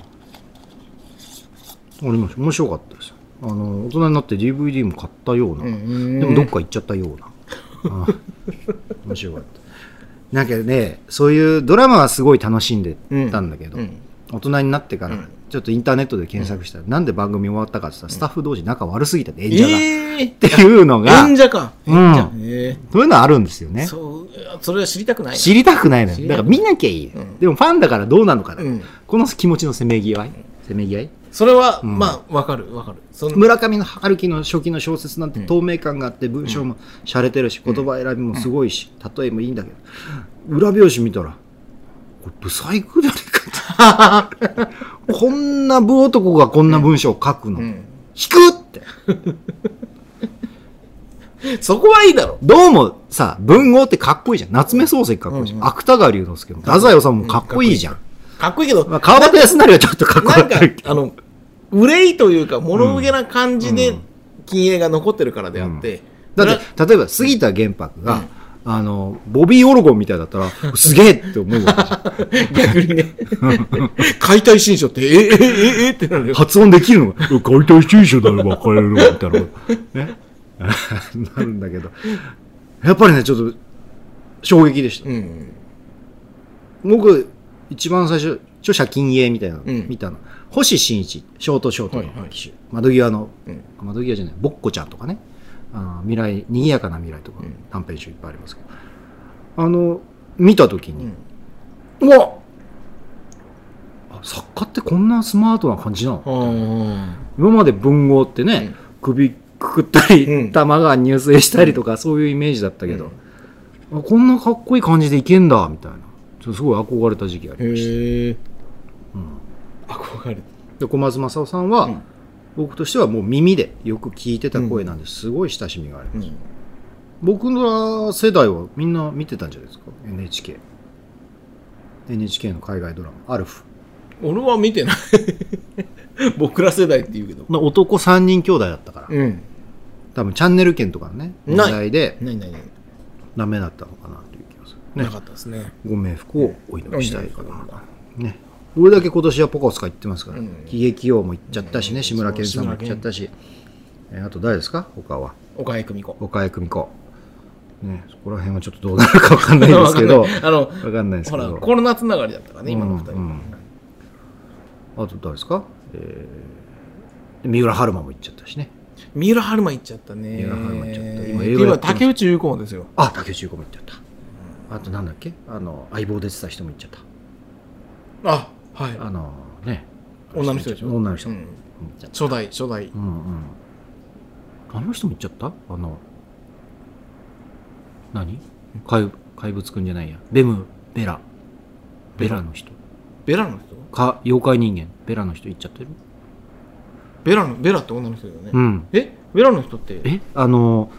りました。面白かったですよ。あの大人になって ディーブイディー も買ったような、うん、でもどっか行っちゃったような。あ面白かった。なんかね、そういうドラマはすごい楽しんでたんだけど、うんうん、大人になってからちょっとインターネットで検索したら、うん、なんで番組終わったかって言ったら、スタッフ同士仲悪すぎたって演者が、えー、っていうのが演者か、 うん、えー、そういうのあるんですよね。 そうそれは知りたくない。 知りたくないのよ。だから見なきゃいい、うん、でもファンだからどうなのかな、うん、この気持ちのせめぎ合い、せめぎ合い、 それは、うん、まあわかるわかる。 その村上春樹の初期の小説なんて透明感があって文章も洒落てるし、言葉選びもすごいし、例えもいいんだけど、裏表紙見たらこれブサイクじゃねえかってこんな武男がこんな文章を書くの、うん、引くってそこはいいだろ。 どうもさ、文豪ってかっこいいじゃん。夏目漱石かっこいいじゃん、うんうん、芥川龍之介も太宰治もかっこいいじゃん。 かっこいいけど、 まあ、川端康成はちょっとかっこいい。 なんかあの憂いというか物憂げな感じで近衛が残ってるからであって、 うんうん、だって例えば杉田玄白が、うん、あのボビー・オロゴンみたいだったらすげえって思うわけじゃん。 逆にね解体新書ってえええええってなるよ。 発音できるのが解体新書だろバカ野郎みたいなねなるんだけど、やっぱりねちょっと衝撃でした、うん、僕一番最初著者近衛みたいなの、うん、見たの星新一ショートショートの機種、はいはい、窓際の、うん、窓際じゃないぼっこちゃんとかね、あ未来にぎやかな未来とか、うん、短編集いっぱいありますけど、あの見た時に、うん、うわっ作家ってこんなスマートな感じなの。今まで文豪ってね、うん、首くくったり、うん、玉が入水したりとか、うん、そういうイメージだったけど、うん、あこんなかっこいい感じでいけんだみたいな、ちょっとすごい憧れた時期ありました。へー、うん、 憧れた。 で小松政夫さんは、うん、僕としてはもう耳でよく聞いてた声なんですごい親しみがあります、うん、僕の世代はみんな見てたんじゃないですか。 エヌエイチケー エヌエイチケー の海外ドラマアルフ。 俺は見てない僕ら世代って言うけど男さんにん兄弟だったから、うん、多分チャンネル権とかのね時代でないないないダメだったのかなという気がする、ね、 なかったですね。 ご冥福をお祈りしたいかな、うん、ね。俺だけ今年はポコスカ行ってますから、うん、喜劇王も行っちゃったしね、うん、志村けんさんも行っちゃったし、えー、あと誰ですか他は。 岡江久美子。 岡江久美子ね、そこら辺はちょっとどうなるか分かんないですけどあの分かんないですけど、ほらコロナつながりだったからね、今のふたり、うんうん、 あと誰ですか、えー、三浦春馬も行っちゃったしね。 三浦春馬行っちゃったね。 三浦春馬行っちゃった今映画やってます。竹内結子もですよ。 あ、竹内結子も行っちゃった、うん、あとなんだっけ、あの相棒出てた人も行っちゃった。 あ、はい、 あのね、 女の人でしょ。 女の人、うん、 初代初代、うんうん、 あの人も行っちゃった。あの何怪, 怪物くんじゃないや、ベムベラベラの人ベラの人か妖怪人間ベラの人行っちゃってる。 ベラのベラって女の人だよね、 うん、 えベラの人ってえあの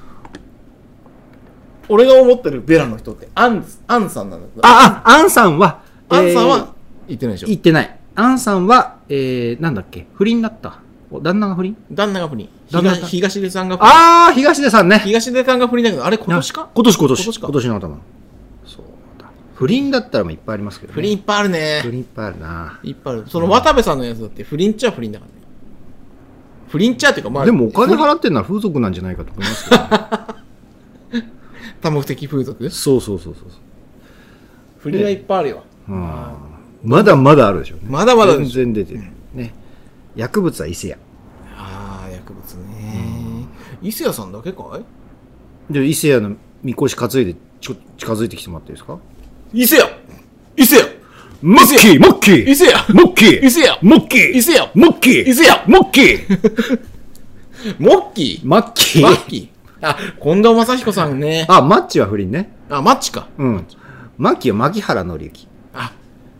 俺が思ってるベラの人ってアンアンさんなんだけど、 ああアンさんはアンさんは行ってないでしょ。 行ってない。アンさんは、えー、なんだっけ、不倫だった。旦那が不倫旦那が不倫。東, 東出さんが不倫。 ああ、東出さんね。 東出さんが不倫だけど、あれ今年か今年今年。今年か。今年の頭。そうだ。不倫だったらもいっぱいありますけどね。 不倫いっぱいあるね。 不倫いっぱいあるな。 いっぱいある。その渡部さんのやつだって不倫っちゃ不倫だからね。不倫っちゃっていうか、まあ。 でもお金払ってんのは風俗なんじゃないかと思いますけど、 ね。多目的風俗。 そうそうそうそう。 不倫はいっぱいあるよ。 うん。まだまだあるでしょうね。 まだまだ全然出てる、うん、ね。薬物は伊勢屋。 ああ、薬物ね、うん、伊勢屋さんだけかい。 で伊勢屋のみこし担いでちょ近づいてきてもらっていいですか。 伊勢屋伊勢屋モッキーモッキー伊勢屋モッキー伊勢屋モッキー伊勢屋モッキー伊勢屋モッキーモッキーマッキーマッキーあ、近藤正彦さんね。 あ、マッチは不倫ね。 あ、マッチか。 うん。マッキーは牧原紀之。 あ、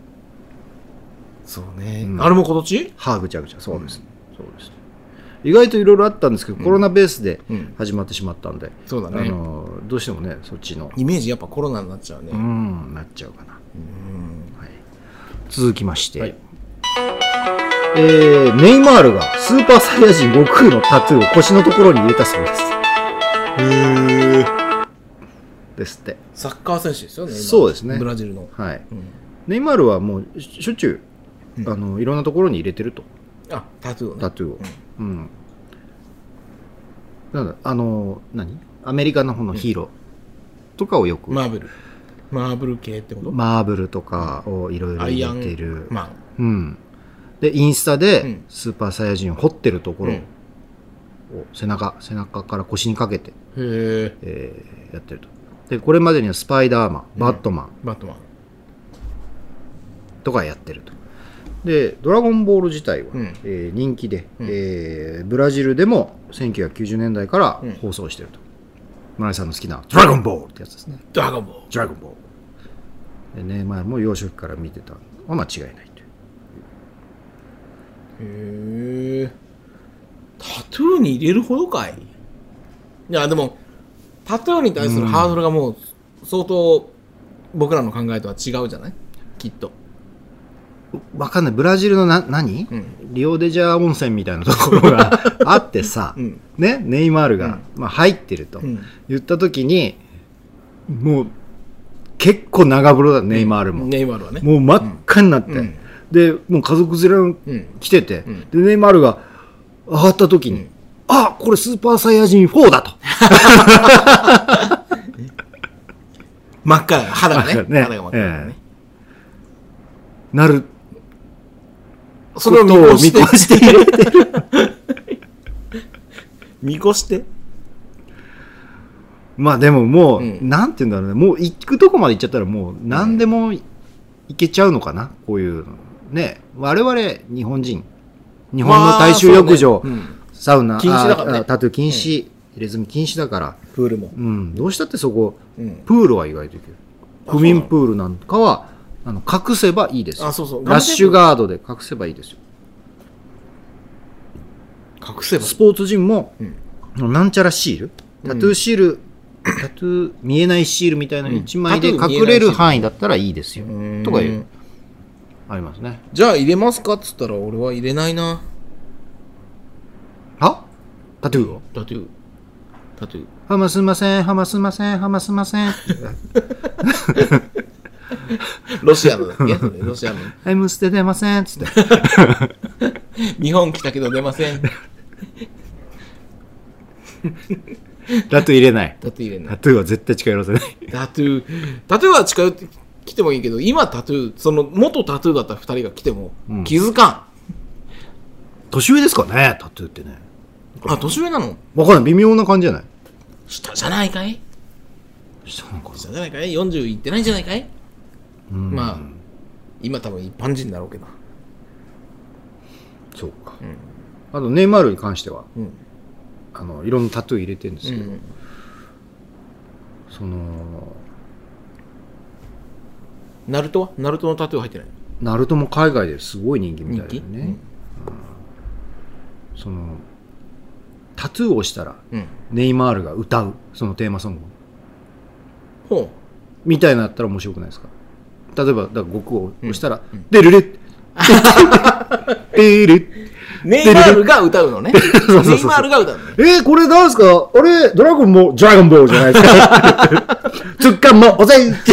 そうね、うん、あれも今年はあぐちゃぐちゃ。そうです、うん、そうです。意外といろいろあったんですけど、うん、コロナベースで始まってしまったんで、うん、 そうだね、 あのどうしてもねそっちのイメージやっぱコロナになっちゃうね。 うんなっちゃうかな。うん、はい、続きまして、はい、えー、ネイマールがスーパーサイヤ人悟空のタトゥーを腰のところに入れたそうです。へー。 ですって。 サッカー選手ですよね。 そうですね。 ブラジルの。 はい。うん、ネイマールはもうしょっちゅう、うん、あのいろんなところに入れてると。 あ、タトゥーを、ね。 タトゥーを。うん。うん、なんだあの何？アメリカの方のヒーローとかをよく。 マーブル。マーブル系ってこと？ マーブルとかをいろいろ入れてる。 マン。 うん。でインスタでスーパーサイヤ人を彫ってるところを背中背中から腰にかけて、 へえー、やってると。でこれまでにはスパイダーマン、バットマン、 バットマンとかやってると。でドラゴンボール自体は、 うんえー、人気で、 うんえー、ブラジルでもせんきゅうひゃくきゅうじゅうねんだいから放送してると。村井さんの好きなドラゴンボールってやつですね。 ドラゴンボール。 ドラゴンボール。でね、まあもう幼少期から見てたのは間違いないという。 へえ。タトゥーに入れるほどかい？いやでもタトゥーに対するハードルがもう相当僕らの考えとは違うじゃない？きっと。 わかんない。ブラジルのな何、うん、リオデジャー温泉みたいなところがあってさ、うん、ね、ネイマールが、うんまあ、入ってると、うん、言った時にもう結構長風呂だ、ネイマールも、 ネイマールはね、 もう真っ赤になって、うん、でもう家族連れ来てて、うん、でネイマールが上がった時に、うん、あ、これスーパーサイヤ人フォーだと真っ赤、肌がね、 ね、 肌が真っ赤だね、 えー、なるそれを見越して見越して入れてる見越してまあでももう、うん、なんていうんだろうね、もう行くとこまで行っちゃったらもう何でも行けちゃうのかな、うん、こういうね、我々日本人日本の大衆浴場、まあねうん、サウナ禁止だからね、 タトゥー禁止、うん、入れ墨禁止だからプールも、 うん、どうしたってそこ、うん、プールは意外といける。区民プールなんかはあの隠せばいいですよ。 あ、そうそう、 ラッシュガードで隠せばいいですよ。 隠せばスポーツジムも、うん、なんちゃらシール、タトゥーシール、うん、タトゥー見えないシールみたいなのいちまいで隠れる範囲だったらいいですよ、うん、とかいうありますね。 じゃあ入れますかっつったら俺は入れないな。 はタトゥーをタトゥータトゥーはますませんはますませんはますませんロシアのだっけロシアのハイムステ出ませんっつって日本来たけど出ませんタトゥー入れない。 タトゥー入れない。 タトゥーは絶対近寄らせない。 タトゥータトゥーは近寄ってきてもいいけど、今タトゥーその元タトゥーだったふたりが来ても気づかん、うん、 年上ですかねタトゥーってね。 あ、年上なのわかんない。微妙な感じじゃない？ 下じゃないかい？下なのかな？下じゃないかい？よんじゅういってないんじゃないかい？うん、まあ今多分一般人だろうけど。 そうか、うん、あとネイマールに関しては、うん、あのいろんなタトゥー入れてるんですけど、うん、そのナルトはナルトのタトゥー入ってない？ ナルトも海外ですごい人気みたいだよね、うんうん、そのタトゥーをしたら、うん、ネイマールが歌うそのテーマソングほうみたいなったら面白くないですか？例えばだから極を押したら、うん、デルレッデルネイマールが歌うのね。そうそうそうネイマールが歌うのね。 えー、これなんですか？あれドラゴンもドラゴンボールじゃないですか？ツッカンもおせいって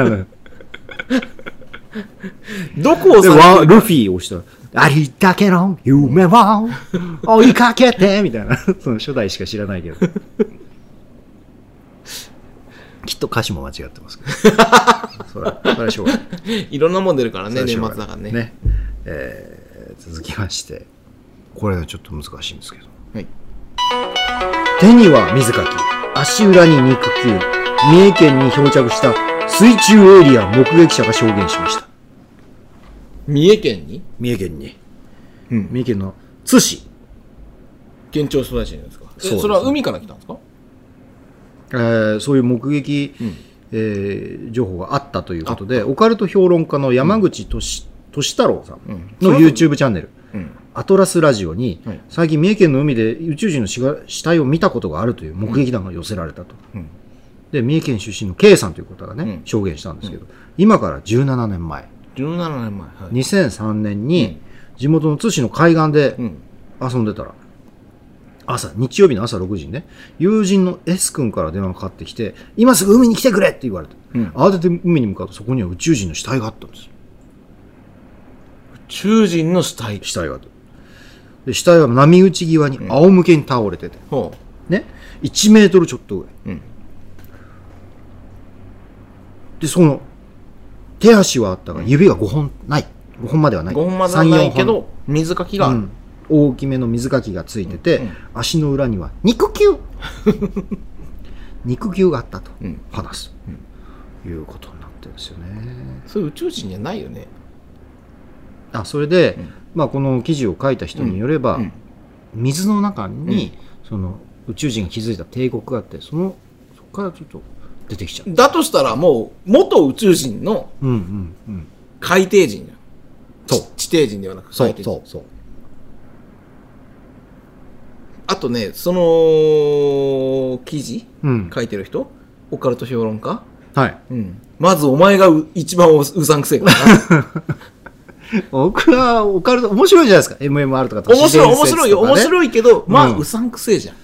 どこをでルフィを押したらありだけの夢を追いかけてみたいなその初代しか知らないけどきっと歌詞も間違ってますけどそれそれはしょうがないいろんなもん出るからね年末だからねね、えー、続きましてこれはちょっと難しいんですけど、はい、手には水かき足裏に肉球三重県に漂着した水中エイリアン目撃者が証言しました。 三重県に三重県に、うん、三重県の津市県庁所在地なんですか？そうですね、それは海から来たんですか？ えー、そういう目撃、うんえー、情報があったということでオカルト評論家の山口俊太郎さんの YouTube チャンネル、うん、アトラスラジオに、はい、最近三重県の海で宇宙人の死体を見たことがあるという目撃談が寄せられたと、うん、で三重県出身の K さんという方がね、うん、証言したんですけど、うん、今からじゅうななねんまえじゅうななねんまえ、はい、 にせんさんねんに地元の津市の海岸で遊んでたら、 朝、日曜日の朝ろくじにね、友人の S 君から電話がかかってきて、今すぐ海に来てくれって言われて、うん、慌てて海に向かうとそこには宇宙人の死体があったんですよ。 宇宙人の死体死体があった。で死体は波打ち際に仰向けに倒れてて、うん、ね、いちメートルちょっと上、うん、でその手足はあったが指がごほんない、ごほんまではない、 ごほんまではないけど水かきがある、うん、 大きめの水かきがついてて、うんうん、足の裏には肉球肉球があったと話す、うん、いうことになってるんですよね。 それ宇宙人じゃないよね。 あ、それで、うん、まあ、この記事を書いた人によれば、うんうん、水の中に、うん、その宇宙人が築いた帝国があって、そのそこからちょっと出てきちゃう。 だとしたらもう元宇宙人の海底人じゃん、うんうん、そう地底人ではなく海底人。そうそうそう。あとね、その記事、うん、書いてる人、オカルト評論家、 はい、 うん、まずお前が一番うさんくせえからな僕はオカルト面白いじゃないですか。 エムエムアール とか面白い面白いよ、面白いけど、まあ、うん、うさんくせえじゃん。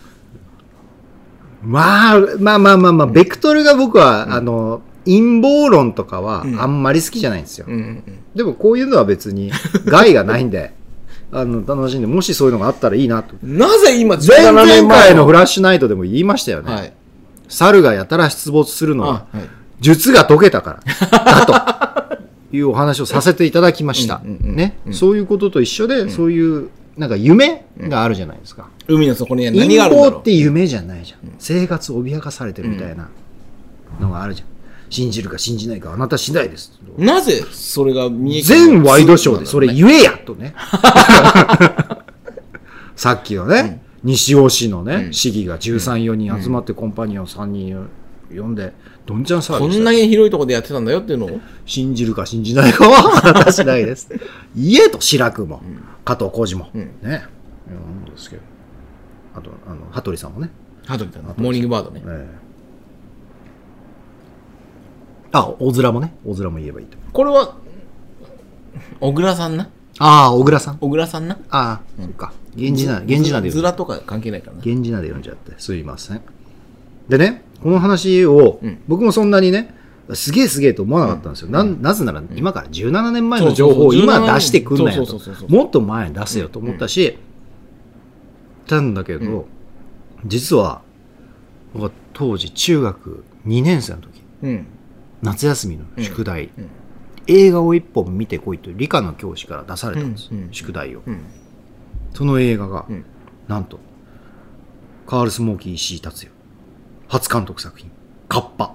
まあまあまあまあまあ、うん、ベクトルが僕は、うん、あの陰謀論とかはあんまり好きじゃないんですよ、うんうんうん、でもこういうのは別に害がないんであの楽しんで、もしそういうのがあったらいいなと。 なぜ今じゅうななねんまえのフラッシュナイトでも言いましたよね、はい、猿がやたら出没するのは、はい、術が解けたからだというお話をさせていただきました、うんうんうん、ね、うん、そういうことと一緒で、うん、そういうなんか夢があるじゃないですか、 うん、海の底には何があるんだろう。 陰謀って夢じゃないじゃん、うん、生活脅かされてるみたいなのがあるじゃん。信じるか信じないかあなた次第です。 なぜそれが見え全ワイドショーでそれ言えやとねさっきのね、うん、西尾市のね、うん、市議がじゅうさん、よにん集まってコンパニオンさんにん呼んでどんちゃん騒ぎした。 こんなに広いところでやってたんだよっていうのを信じるか信じないかはあなた次第です言えと、志らくも、うん、加藤浩次も、うん、ね、いやなんですけど、あとあの羽鳥さんもね、 羽鳥さんモーニングバードね、ええ、 あ、大面もね、大面も言えばいいと。 これは小倉さんな。 ああ、小倉さん。 小倉さんな。 ああ、うん、そっか。源氏名、源氏名で。 ずらとか関係ないからな。 源氏名で読んじゃって、すいません。でね、この話を、うん、僕もそんなにね、すげえすげえと思わなかったんですよ。うん、な, なぜなら、今からじゅうななねんまえの情報を今出してくんなよと。もっと前に出せよと思ったし、たんだけど、うん、実は、僕は当時中学にねん生の時、うん、夏休みの宿題、うんうん、映画を一本見てこいという理科の教師から出されたんです、うんうん、宿題を、うん、その映画が、うん、なんとカール・スモーキー石井達也初監督作品カッパ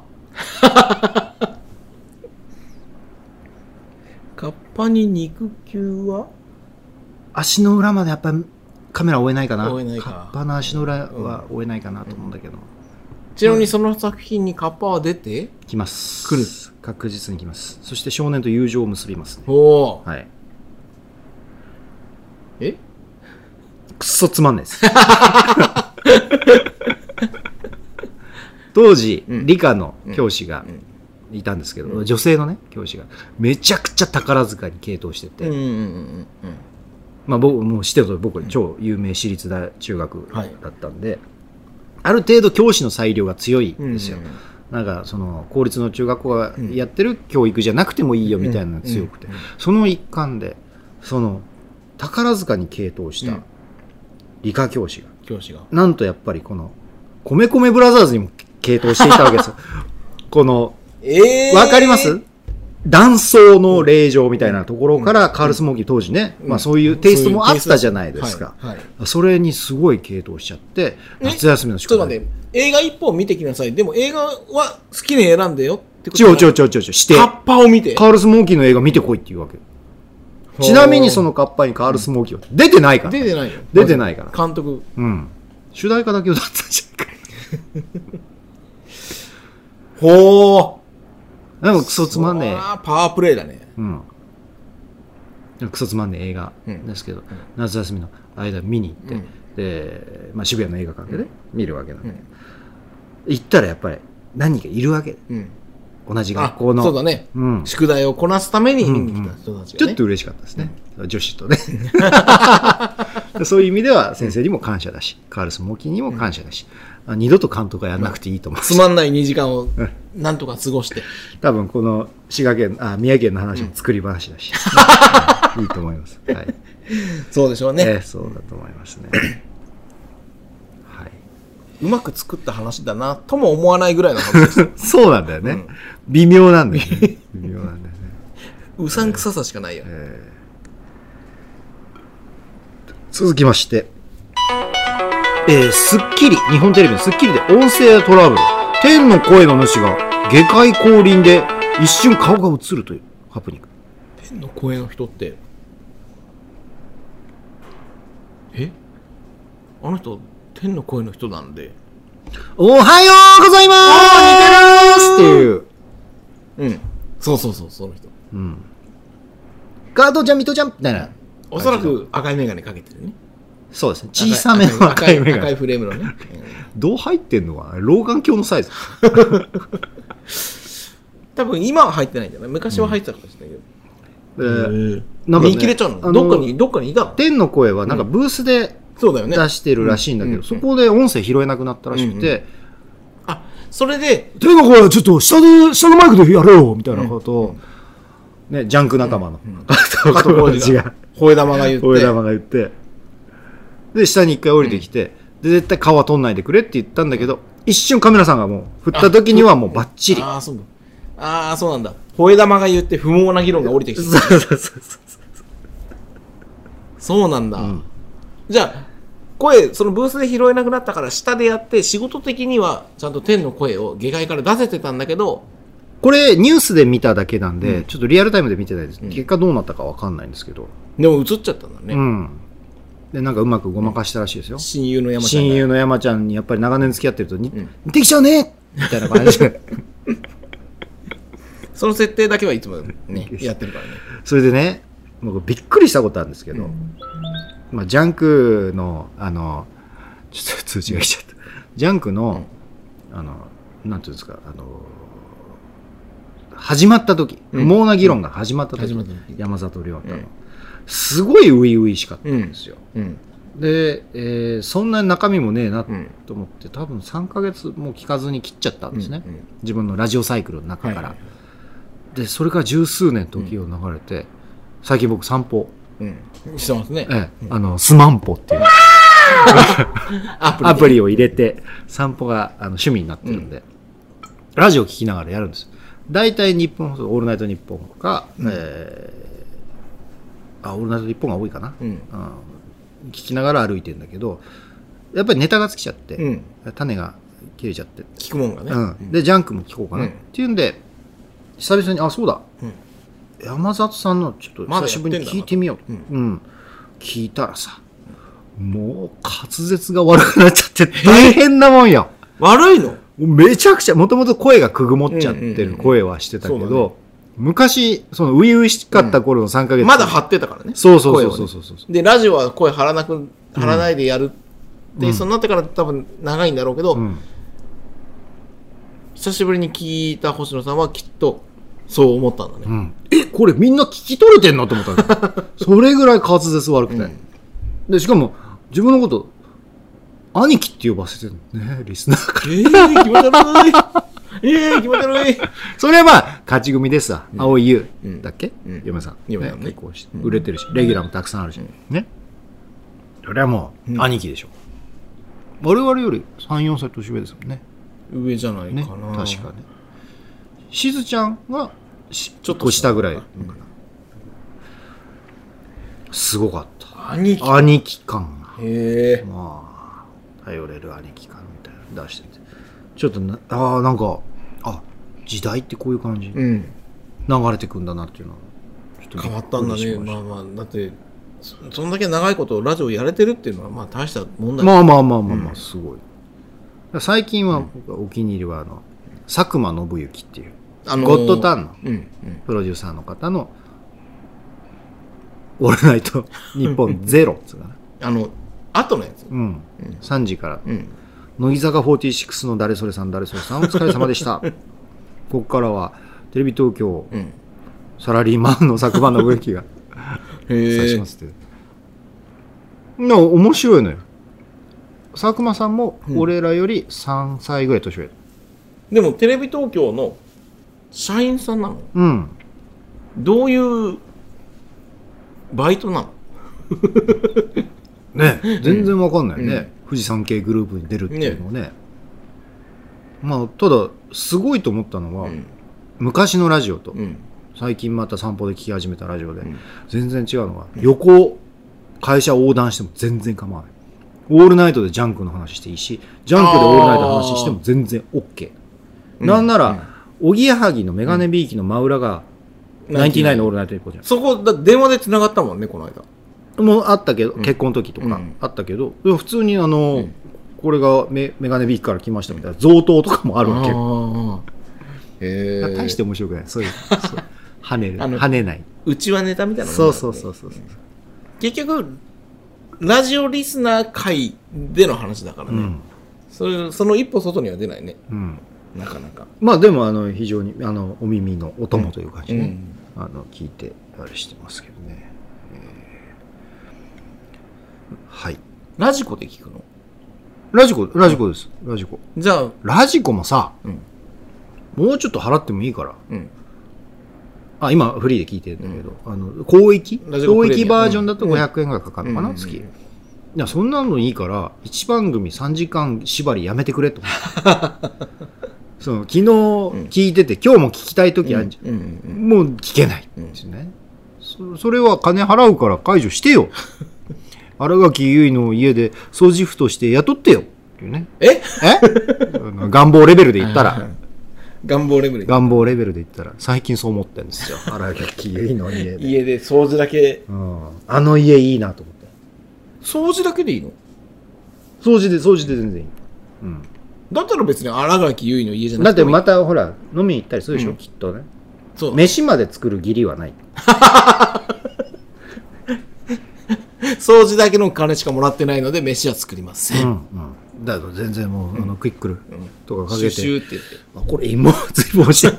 カッパに肉球は足の裏までやっぱりカメラ追えないかな。 追えないか。 カッパの足の裏は追えないかなと思うんだけど、うん、 ちなみにその作品にカッパは出てきます。 来る。 確実に来ます。そして少年と友情を結びますね。 おー。 はい。 え？ くっそつまんないです。当時、うん、理科の教師がいたんですけど、うん、女性のね教師がめちゃくちゃ宝塚に傾倒してて、うんうんうんうん、まあ僕もう知ってると僕超有名私立大中学だったんで、はい、ある程度教師の裁量が強いんですよ。うんうんうん、なんかその公立の中学校がやってる教育じゃなくてもいいよみたいなのが強くて、その一環でその宝塚に傾倒した理科教師が、 教師がなんとやっぱりこの米米ブラザーズにも傾倒していたわけですよ。この、えー、わかります？断層の令状みたいなところから、うん、カール・スモーキー当時ね、うん、まあそういうテイストもあったじゃないですか。はいはい、それにすごい傾倒しちゃって、夏休みの宿題。 ちょっと待って、映画一本見てきなさい。でも映画は好きに選んでよってこと違う違う違う違うして。 カッパを見て。 カール・スモーキーの映画見てこいって言うわけ。ちなみにそのカッパにカール・スモーキーは出てないから。 出てないよ。 出てないから。 監督。 うん。主題歌だけ歌ったじゃんか。 ほー。 でもクソつまんねえ。 パワープレイだね。 うん。クソつまんねえ映画ですけど、うん、夏休みの間見に行って、うん、で、まあ、渋谷の映画館でね、うん、見るわけなんで、うん、行ったらやっぱり何人かいるわけ。うん、 同じ学校の。 そうだね、うん。宿題をこなすために見に来た人たちが、ね、うんうん、 ちょっと嬉しかったですね。うん、女子とね。そういう意味では先生にも感謝だし、カールス・モーキーにも感謝だし、うん、二度と監督はやらなくていいと思う、うん。 つまんないにじかんをなんとか過ごして。 多分この滋賀県、あ、宮城県の話も作り話だし、うん、いいと思います。はい。 そうでしょうね。 えー、そうだと思いますね。 うまく作った話だなとも思わないぐらいの話です。 そうなんだよね、うん。微妙なんだよね。微妙なんだよね。 うさんくささしかないよ。えー、続きまして、えー、スッキリ、日本テレビのスッキリで音声トラブル。天の声の主が下界降臨で一瞬顔が映るというハプニング。 天の声の人って、えあの人、天の声の人なんで、 おはようございますっていう、 うん、そうそうそう、その人、うん、 ガードちゃんミトちゃんみたいな、 おそらく赤い眼鏡かけてるね。 そうですね、小さめの赤い眼鏡、 赤いフレームのね、 どう入ってんのかな、老眼鏡のサイズ。 多分今は入ってないんじゃない、昔は入ってたかもしれないけど、うん、えー、 なんかね、 見切れちゃうの、どっかにどっかにいたの。 天の声はなんかブースで、うん、そうだよね、出してるらしいんだけど、うんうんうん、そこで音声拾えなくなったらしくて、うんうん、 あ、それで天の声はちょっと下で下のマイクでやれよみたいなことを、うんうん、ね、ジャンク仲間の加藤浩次が吠え玉が言って吠え玉が言ってで下に一回降りてきて、うん、で絶対顔は取んないでくれって言ったんだけど、一瞬カメラさんがもう振った時にはもうバッチリ、 ああそうだ、ああそうなんだ、吠え玉が言って不毛な議論が降りてきて、そうそうそうそう、そうなんだ、うん、じゃあ声、そのブースで拾えなくなったから下でやって、仕事的にはちゃんと天の声を下界から出せてたんだけど、 これニュースで見ただけなんで、うん、ちょっとリアルタイムで見てないです、うん、結果どうなったか分かんないんですけど、 でも映っちゃったんだね、 うん、でなんかうまくごまかしたらしいですよ、うん、 親友の山ちゃん、 親友の山ちゃんにやっぱり長年付き合ってると、うん、似てきちゃうねみたいな感じでその設定だけはいつもねやってるからね。 それでね、僕びっくりしたことあるんですけど、うん、まあ、ジャンクのあのちょっと通知が来ちゃった、ジャンクの、うん、あのなんていうんですか、あの始まった時、不毛な議論が始まった時、うん、山里亮太の、うん、すごい初々しかったんですよ、うん、で、えー、そんなに中身もねえなと思って、多分さんかげつも聞かずに切っちゃったんですね、うんうん、自分のラジオサイクルの中から、はいはいはい、でそれから十数年時を流れて、うん、最近僕散歩、 うん、してますね、 ええ、あのスマンポっていうア, プリアプリを入れて散歩があの趣味になってるんで、うん、ラジオ聞きながらやるんです。だいたい日本放送、オールナイトニッポンか、うん、えー、あオールナイトニッポンが多いかな、うんうん、聞きながら歩いてるんだけど、やっぱりネタが尽きちゃって、うん、種が切れちゃって聞くもんがね、 うん、でジャンクも聞こうかな、うん、っていうんで久々に、あそうだ、うん、山里さんのちょっと久しぶりに聞いてみよう、まうんうん、聞いたらさ、もう滑舌が悪くなっちゃって大変なもんよ。 悪いの？ めちゃくちゃ、もともと声がくぐもっちゃってる声はしてたけど、うんうんうんね、昔その初々しかった頃のさんかげつ、 うん、まだ張ってたからね。 そうそうそうそうそうそう、ね、 でラジオは声張らなく張らないでやるって、うん、そうなってから多分長いんだろうけど、うん、久しぶりに聞いた星野さんはきっとそう思ったんだね、うん、 えこれみんな聞き取れてんのと思ったんですそれぐらい滑舌悪くて、うん、でしかも自分のこと兄貴って呼ばせてるね、リスナーから。 えー、気持ち悪い。えー、気持ち悪い。 それはまあ、勝ち組ですわ。うん、青い優だっけ、うん、嫁さん。 嫁さんね。 結構して、売れてるし、レギュラーもたくさんあるし。うん、ね。それはもう、うん、兄貴でしょ。我々よりさん、よんさい年上ですもんね。 上じゃないかな。ね、 確かね。しずちゃんは、ちょっと下ぐらいかな。うん、すごかった。 兄貴。 兄貴感。 へえ、 まあ頼れる兄貴感みたいなの出してて、ちょっとなああなんかあ時代ってこういう感じ、うん、流れてくんだなっていうのはちょっと変わったんだね。まあまあだってそ, そんだけ長いことラジオやれてるっていうのはまあ大した問題。 まあまあまあまあまあ、うん、すごい。最近は僕お気に入りはあの佐久間信之っていう、あのー、ゴッドタンのプロデューサーの方のオールナイトニッポンゼロっつうかなあの後のやつ、 うんうん、さんじから、うん、乃木坂フォーティーシックスの誰それさん誰それさんお疲れ様でしたここからはテレビ東京、 うん、 サラリーマンの昨晩の植木が指しますってな面白いのよ。佐久間さんも俺らよりさんさいぐらい年上、うん、 でもテレビ東京の社員さんなの？ うん。 どういうバイトなの？ ね、全然わかんないね、うん、富士山系グループに出るっていうのは ね, ねまあただすごいと思ったのは、うん、昔のラジオと、うん、最近また散歩で聞き始めたラジオで、うん、全然違うのが、うん、横会社横断しても全然構わない。オールナイトでジャンクの話していいし、ジャンクでオールナイトの話しても全然 OK、うん、なんなら、おぎやはぎのメガネビーキの真裏が、うん、ナインティナインのオールナイトニッポンじゃん。 そこだ電話で繋がったもんね、この間もうあったけど、うん、結婚の時とかあったけど、うん、普通にあの、うん、これが メ, メガネビーキから来ましたみたいな贈答とかもあるわけ。へー、大して面白くない。そういうそう跳ねる跳ねない。 うちはネタみたいなもん、ね、 そうそうそうそう。 結局ラジオリスナー会での話だからね、うん、それその一歩外には出ないね、うん、なかなか。 まあでもあの非常にあのお耳のお供という感じで、ね、うん、あの聞いてあれしてますけどね、えー、はい。 ラジコで聞くの？ ラジコラジコです、うん、ラジコ。 じゃあラジコもさ、うん、もうちょっと払ってもいいから、うん、あ今フリーで聞いてるんだけど、うん、あの広域広域バージョンだとごひゃくえんぐらいかかるのかな、うん、月。いやそんなのいいからいちばんぐみさんじかん縛りやめてくれと思ってその昨日聞いてて、うん、今日も聞きたい時あるじゃん、うんうんうん、もう聞けないってね、うん、そ, それは金払うから解除してよ新垣結衣の家で掃除婦として雇ってよっていうね。 ええ願望レベルで言ったら願望レベル願望レベルで言ったら最近そう思ってるんですよ。新垣結衣の家で家で掃除だけ、 うん、あの家いいなと思って。 掃除だけでいいの？ 掃除で掃除で全然いい、うん、 だったら別に新垣結衣の家じゃなくてもいい。 だってまたほら飲みに行ったりするでしょ、うん、きっとね。そう飯まで作る義理はない掃除だけの金しかもらってないので飯は作りません、うんうん、だから全然もう、うん、あのクイックルとかかけて、 シュシュって言って、 あこれ芋随分して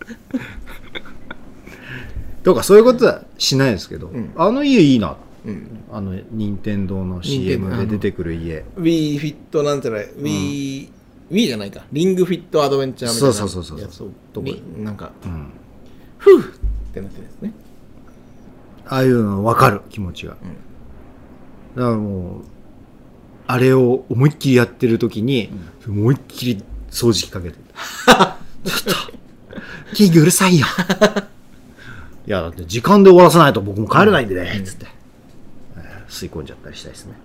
とかそういうことはしないですけど、うん、あの家いいな、うん、あの任天堂の シーエム で出てくる家 Wii フィットなんていうの、うん、Wii Wii じゃないか、リングフィットアドベンチャーみたいな、 そうそうそうそうそうとこなんか、うん、ふうってなってるんですね。 ああいうの分かる気持ちが、うん、だからもうあれを思いっきりやってる時に、うん、思いっきり掃除機かけてちょっとキングうるさいよいやだって時間で終わらさないと僕も帰れないんでね、うん、つって、えー、吸い込んじゃったりしたいですね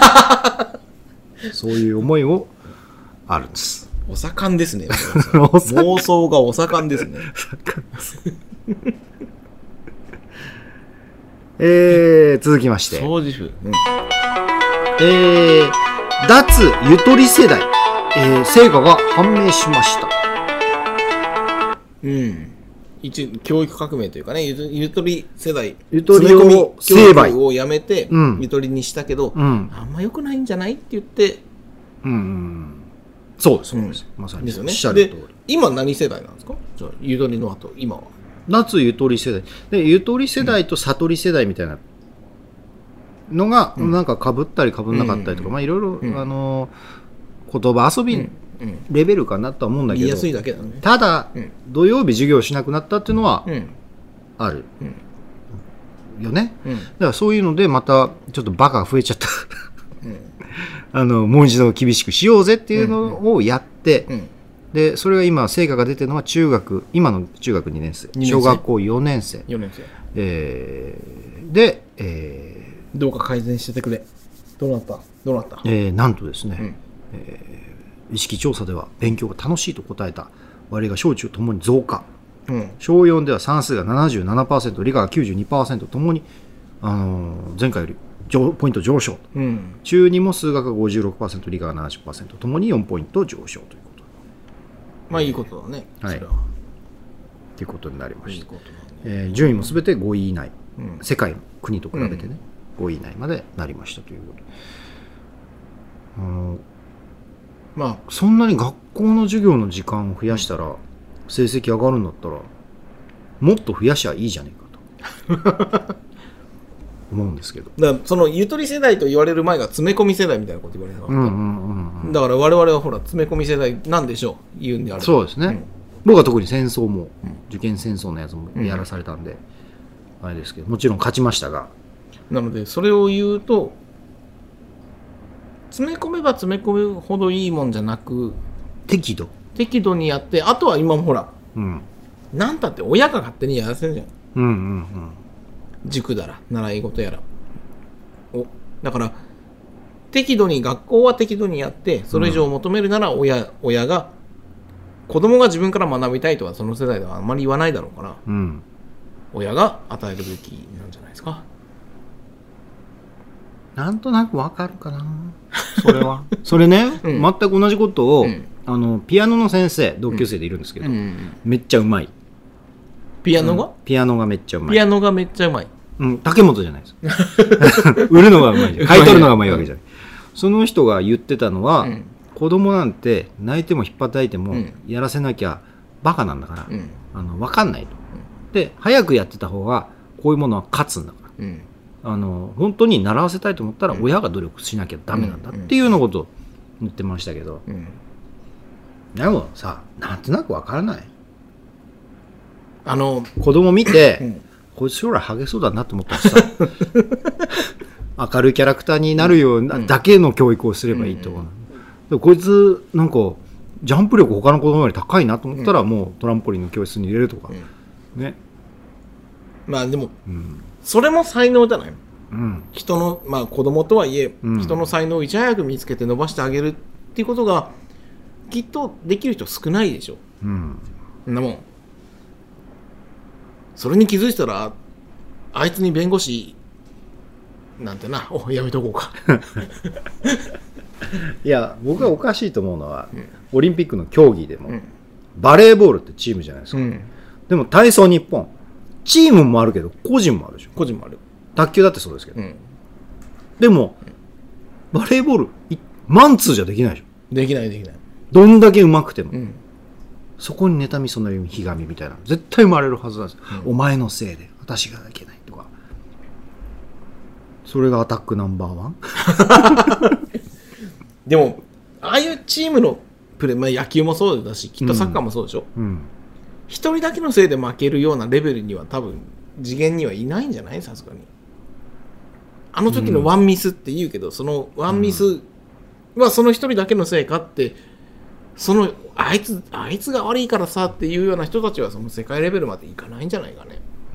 そういう思いをあるんです。 お盛んですね妄想がお盛んですねえー、続きまして掃除婦、うん、 えー、脱ゆとり世代、えー、成果が判明しました。 うん、一教育革命というかね、ゆ, ゆとり世代ゆとりを成敗をやめて、うん、ゆとりにしたけど、うん、あんま良くないんじゃないって言って、 うんうん、そうですそうです、うん、まさにですよね。で今何世代なんですか？じゃあゆとりの後今は夏ゆとり世代で、ゆとり世代と悟り世代みたいなのが、うん、なんか被ったり被んなかったりとか、うん、まあいろいろ、うん、あの言葉遊びレベルかなとは思うんだけど、 言いやすいだけだね。 ただ、うん、土曜日授業しなくなったっていうのはある、うん、よね、うん、だからそういうのでまたちょっとバカが増えちゃった、うん、あのもう一度厳しくしようぜっていうのをやって、うんうん、でそれが今成果が出てるのは中学今の中学にねん生、小学校よねん生、 よねん生、 えー、で、えー、どうか改善しててくれ。どうなったどうなった、 えー、なんとですね、うんえー、意識調査では勉強が楽しいと答えた割が小中ともに増加、うん、小よんでは算数が ななじゅうななパーセント 理科が きゅうじゅうにパーセント ともに、あのー、前回よりポイント上昇、うん、中にも数学が ごじゅうろくパーセント 理科が ななじゅっパーセント ともによんポイント上昇ということ。 まあいいことだね。 はい。っていうことになりました。いいことだね。えー、順位もすべてごい以内、うん、世界の国と比べてね、うん、ごい以内までなりましたということで。あのまあそんなに学校の授業の時間を増やしたら成績上がるんだったらもっと増やしゃいいじゃねえかと思うんですけど。 だからそのゆとり世代と言われる前が詰め込み世代みたいなこと言われてた、うんうんうんうん、だから我々はほら詰め込み世代なんでしょう言うんであれば。 そうですね、うん、僕は特に戦争も、うん、受験戦争のやつもやらされたんで、うん、あれですけどもちろん勝ちましたが、 なのでそれを言うと詰め込めば詰め込むほどいいもんじゃなく適度適度にやって、あとは今もほら、うん、なんたって親が勝手にやらせるじゃん、うんうんうん、塾だら習い事やらおだから適度に学校は適度にやってそれ以上求めるなら親、うん、親が子供が自分から学びたいとはその世代ではあまり言わないだろうから、うん、親が与えるべきなんじゃないですか。 なんとなくわかるかなそれはそれね、うん、全く同じことを、うん、あのピアノの先生同級生でいるんですけど、うんうんうん、めっちゃうまい。 ピアノが、うん、 ピアノがめっちゃうまい。 ピアノがめっちゃうまい。 うん、竹本じゃないです売るのがうまいじゃん、買い取るのがうまいわけじゃない、うん、その人が言ってたのは、うん、子供なんて泣いても引っ叩いてもやらせなきゃバカなんだから、うん、あの分かんないと、うん、で早くやってた方がこういうものは勝つんだから、うん、あの本当に習わせたいと思ったら親が努力しなきゃダメなんだっていうようなことを言ってましたけど、うん、でもさなんとなく分からない。あの子供見て、うん、こいつ将来ハゲそうだなと思ったらさ明るいキャラクターになるようなだけの教育をすればいいと思う、うん、こいつなんかジャンプ力他の子供より高いなと思ったら、うん、もうトランポリンの教室に入れるとか、うん、ね。 まあでも、うん、それも才能じゃない、うん、人の、まあ、子供とはいえ、うん、人の才能をいち早く見つけて伸ばしてあげるっていうことがきっとできる人少ないでしょ、うん、なもんそれに気づいたらあいつに弁護士なんてな、おやめとこうかいや僕がおかしいと思うのは、うん、オリンピックの競技でも、うん、バレーボールってチームじゃないですか、うん、でも体操日本チームもあるけど個人もあるでしょ。 個人もある。 卓球だってそうですけど、うん、でも、うん、バレーボールマンツーじゃできないでしょ。 できないできない。 どんだけ上手くても、うん、そこに妬みそのひがみみたいな絶対生まれるはずなんですよ、うん、お前のせいで私がいけないとか。それがアタックナンバーワンでもああいうチームのプレー、まあ、野球もそうだしきっとサッカーもそうでしょ、うんうん、一人だけのせいで負けるようなレベルには多分次元にはいないんじゃない？さすがにあの時のワンミスって言うけど、うん、そのワンミスはその一人だけのせいかってそのあいつあいつが悪いからさっていうような人たちはその世界レベルまでいかないんじゃないかね。 うん、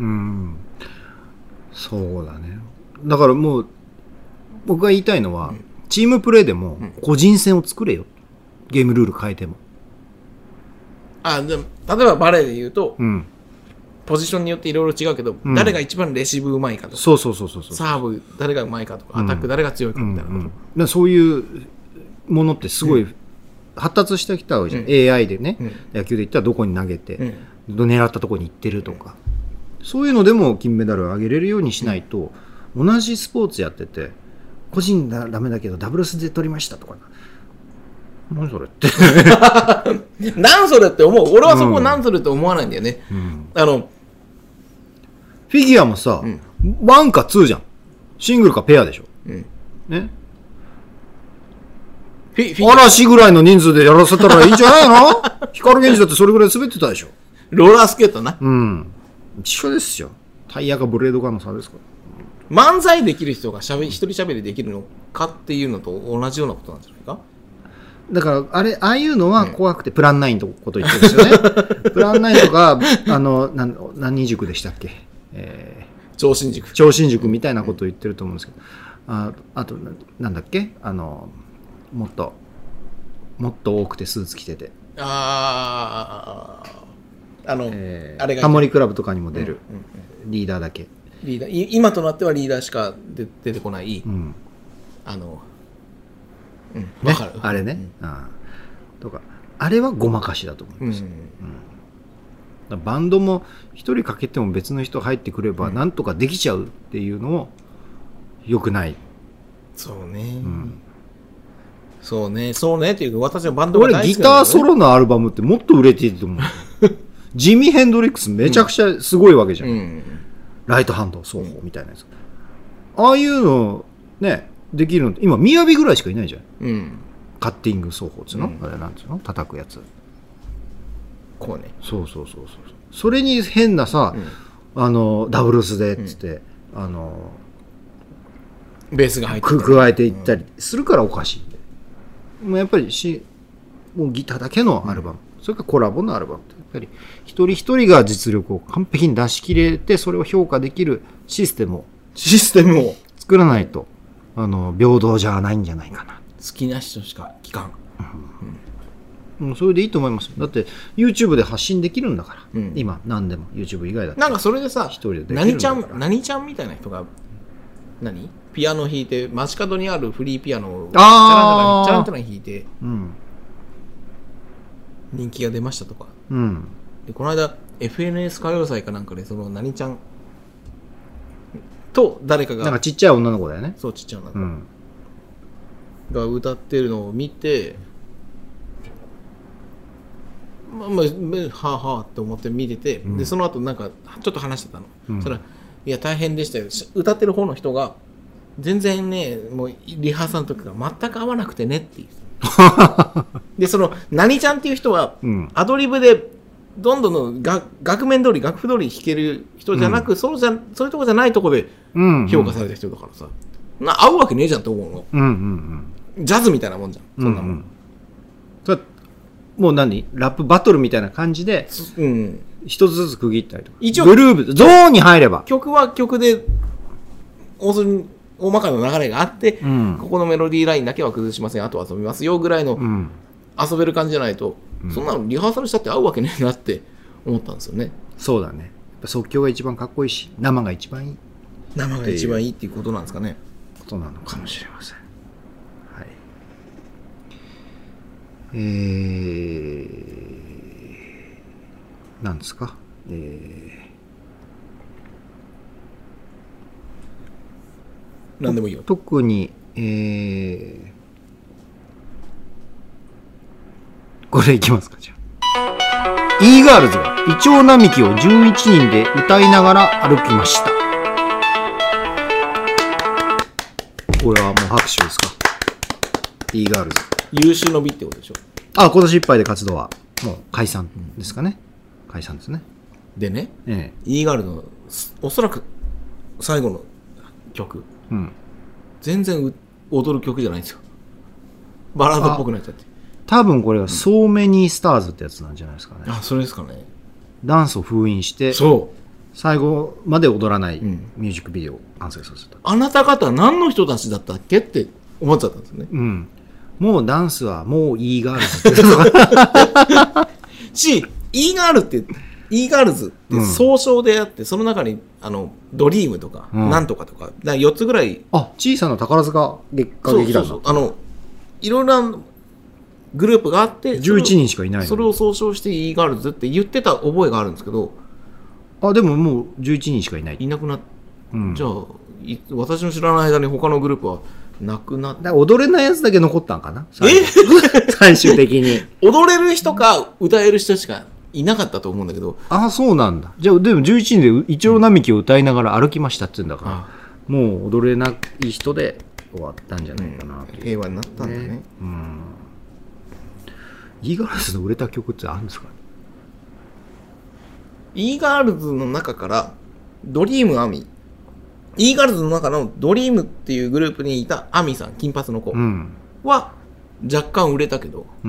そうだね。だからもう僕が言いたいのは、うん、チームプレーでも個人戦を作れよ、うん、ゲームルール変えても。 あでも例えばバレーで言うと、うん、ポジションによっていろいろ違うけど、うん、誰が一番レシーブうまいかとか、 そうそうそうそうそう、 サーブ誰がうまいかとか、うん、アタック誰が強いかみたいなこと、うんうん、 だそういうものってすごい発達してきたわけじゃん、うん、エーアイ でね、うん、野球で言ったらどこに投げて、うん、狙ったところに行ってるとか、うん、そういうのでも金メダルを上げれるようにしないと、うん、同じスポーツやってて個人だダメだけどダブルスで取りましたとか何それって何それって思う。俺はそこ何それって思わないんだよね、うん、あのフィギュアもさ、うん、ワンかツーじゃん。シングルかペアでしょ、うん、ね。嵐ぐらいの人数でやらせたらいいんじゃないの光源氏だってそれぐらい滑ってたでしょ。 ローラースケートな。 うん。一緒ですよ。タイヤかブレードかの差ですから。 漫才できる人がしゃべ一人しゃべりできるのかっていうのと同じようなことなんじゃないか。 だからあれああいうのは怖くて、うん、プランナインのこと言ってるんですよねプランナインとかあの何何塾でしたっけ、えー、超新塾超新塾みたいなことを言ってると思うんですけど、あ, あとなんだっけあのもっともっと多くてスーツ着ててあああの、 えー、あれがタモリクラブとかにも出る、うんうんうん、リーダーだけリーダー今となってはリーダーしか出てこない、うん、あのうん、分かる、ね、 あれね、うん、あとかあれはごまかしだと思います、うんうん、だバンドも一人かけても別の人入ってくればなんとかできちゃうっていうのも良くない。 そうね、うん、そうねそうねっていうか私はバンドが大好きなんだよね。 俺ギターソロのアルバムってもっと売れていると思うジミー・ヘンドリックスめちゃくちゃすごいわけじゃん、うん、ライトハンド奏法みたいなやつ、うん、ああいうのねできるの今雅ぐらいしかいないじゃん、うん、カッティング奏法っつうの、うん、あれなんつうの叩くやつこうねそうそうそうそうそれに変なさ、うん、あのダブルスでっつって、うん、あのベースが入って加えていったりするからおかしい、うん、もうやっぱりしもうギターだけのアルバム、うん、それからコラボのアルバムってやっぱり一人一人が実力を完璧に出し切れてそれを評価できるシステムをシステムを作らないとあの平等じゃないんじゃないかな。 好きな人しか聞かん、 うんうん、それでいいと思います。だって YouTube で発信できるんだから、うん、今何でも YouTube 以外だってなんかそれでさ一人でできるんだ何ちゃん何ちゃんみたいな人が何ピアノ弾いて街角にあるフリーピアノをチャランチャランチャラン弾いて、うん、人気が出ましたとか、うん、でこの間 エフエヌエス 歌謡祭かなんかでその何ちゃんと誰かがなんかちっちゃい女の子だよね。 そうちっちゃい女の子、うん、が歌ってるのを見てまあまあはあはあって思って見てて、うん、でその後なんかちょっと話してたの、うん、それいや大変でしたよ歌ってる方の人が全然ねもうリハーサルの時が全く合わなくてねっていうでその何ちゃんっていう人は、うん、アドリブでどんどんの楽面通り楽譜通り弾ける人じゃなく、うん、そうじゃそういうとこじゃないとこで評価された人だからさ、うんうん、な合うわけねえじゃんと思うの、うんうんうん、ジャズみたいなもんじゃんそんなもん、うんうん、もう何ラップバトルみたいな感じで、うん、一つずつ区切ったりとか一応グループゾーンに入れば曲は曲で大大まかな流れがあって、うん、ここのメロディーラインだけは崩しませんあと遊びますよぐらいの、うん、遊べる感じじゃないと、うん、そんなのリハーサルしたって合うわけねえなって思ったんですよね。 そうだねやっぱ即興が一番かっこいいし生が一番いい生が一番いいっていうことなんですかね。 ことなのかもしれません。はいえーなんですかえー何でもいいよ。 特に、えー、これいきますかじゃあ。E ガールズがイチョウ並木をじゅういちにんで歌いながら歩きました。これはもう拍手ですか。E ガールズ。 優秀の美ってことでしょ。 あ、今年いっぱいで活動はもう解散ですかね。うん、解散ですね。 でね、ええ、E ガールズのおそらく最後の曲。うん、全然踊る曲じゃないんですよ。バラードっぽくなっちゃって。 多分これは So Many Stars ってやつなんじゃないですかね。 あ、それですかね。 ダンスを封印してそう最後まで踊らないミュージックビデオを完成させた、 うん、あなた方何の人たちだったっけって思っちゃったんですね、 うん、もうダンスはもう E ガールズってし E ガールって E ガールズって総称であって、うん、その中にあのドリームとか、うん、なんとかとかよっつぐらいあ小さな宝塚月下劇団だ。 そうそうそうあのいろいろなグループがあってじゅういちにんしかいないの。 それを総称して E ガールズって言ってた覚えがあるんですけどあでももうじゅういちにんしかいない。 いなくなっ、うん、じゃあ私の知らない間に他のグループはなくなっだ踊れないやつだけ残ったんかなえ最終的に踊れる人か歌える人しかいなかったと思うんだけどあそうなんだ。じゃあでもじゅういちにんでイチョウ並木を歌いながら歩きましたって言うんだから、うん、もう踊れない人で終わったんじゃないかな、うん、 平和になったんだね、ねうん、 E ガールズの売れた曲ってあるんですか。 E ガールズの中からドリームアミ E ガールズの中のドリームっていうグループにいたアミさん金髪の子は若干売れたけど、うん、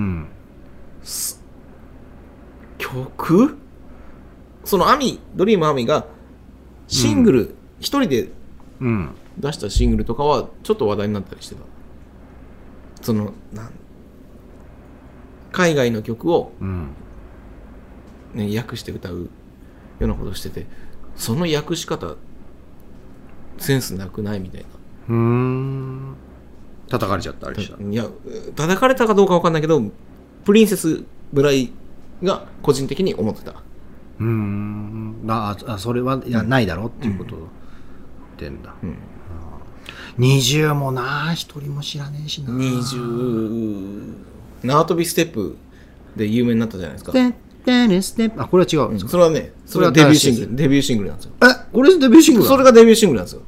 曲そのアミドリームアミがシングル一、うん、人で出したシングルとかはちょっと話題になったりしてた。そのなん海外の曲を、うんね、訳して歌うようなことをしててその訳し方センスなくないみたいな。 うーん叩かれちゃったあれしたいや叩かれたかどうか分かんないけどプリンセスぐらいが個人的に思ってた。 うーんああそれはいやないだろうっていうことを言ってんだ、うんうん、にじゅうもな一人も知らねえしな。 にじゅう縄跳びステップで有名になったじゃないですか。 てテネステあ、これは違う、うん、 それはね、それはデビューシングル、デビューシングルなんですよ。 え、これデビューシングル？ それがデビューシングルなんですよ。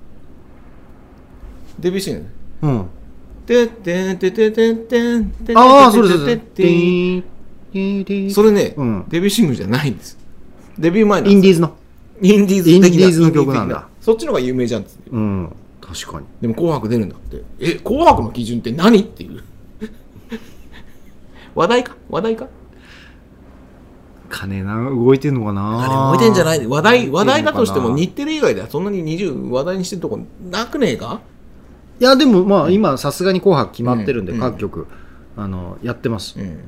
デビューシングル。うん。ててててててて。 ああ、それそれ。 それね、うん、デビューシングルじゃないんです。デビュー前の。 インディーズの。 インディーズ的な。インディーズの曲なんだ。 そっちの方が有名じゃんって。 うん。確かに。 でも紅白出るんだって。え、紅白の基準って何っていう。話題か話題か金な動いてんのかな。 金動いてんじゃない。話題話題だとしても日テレ以外ではそんなににじゅう話題にしてるとこなくねえか。 いやでもまあ今さすがに紅白決まってるんで、うん、各局あのやってます、うんうん、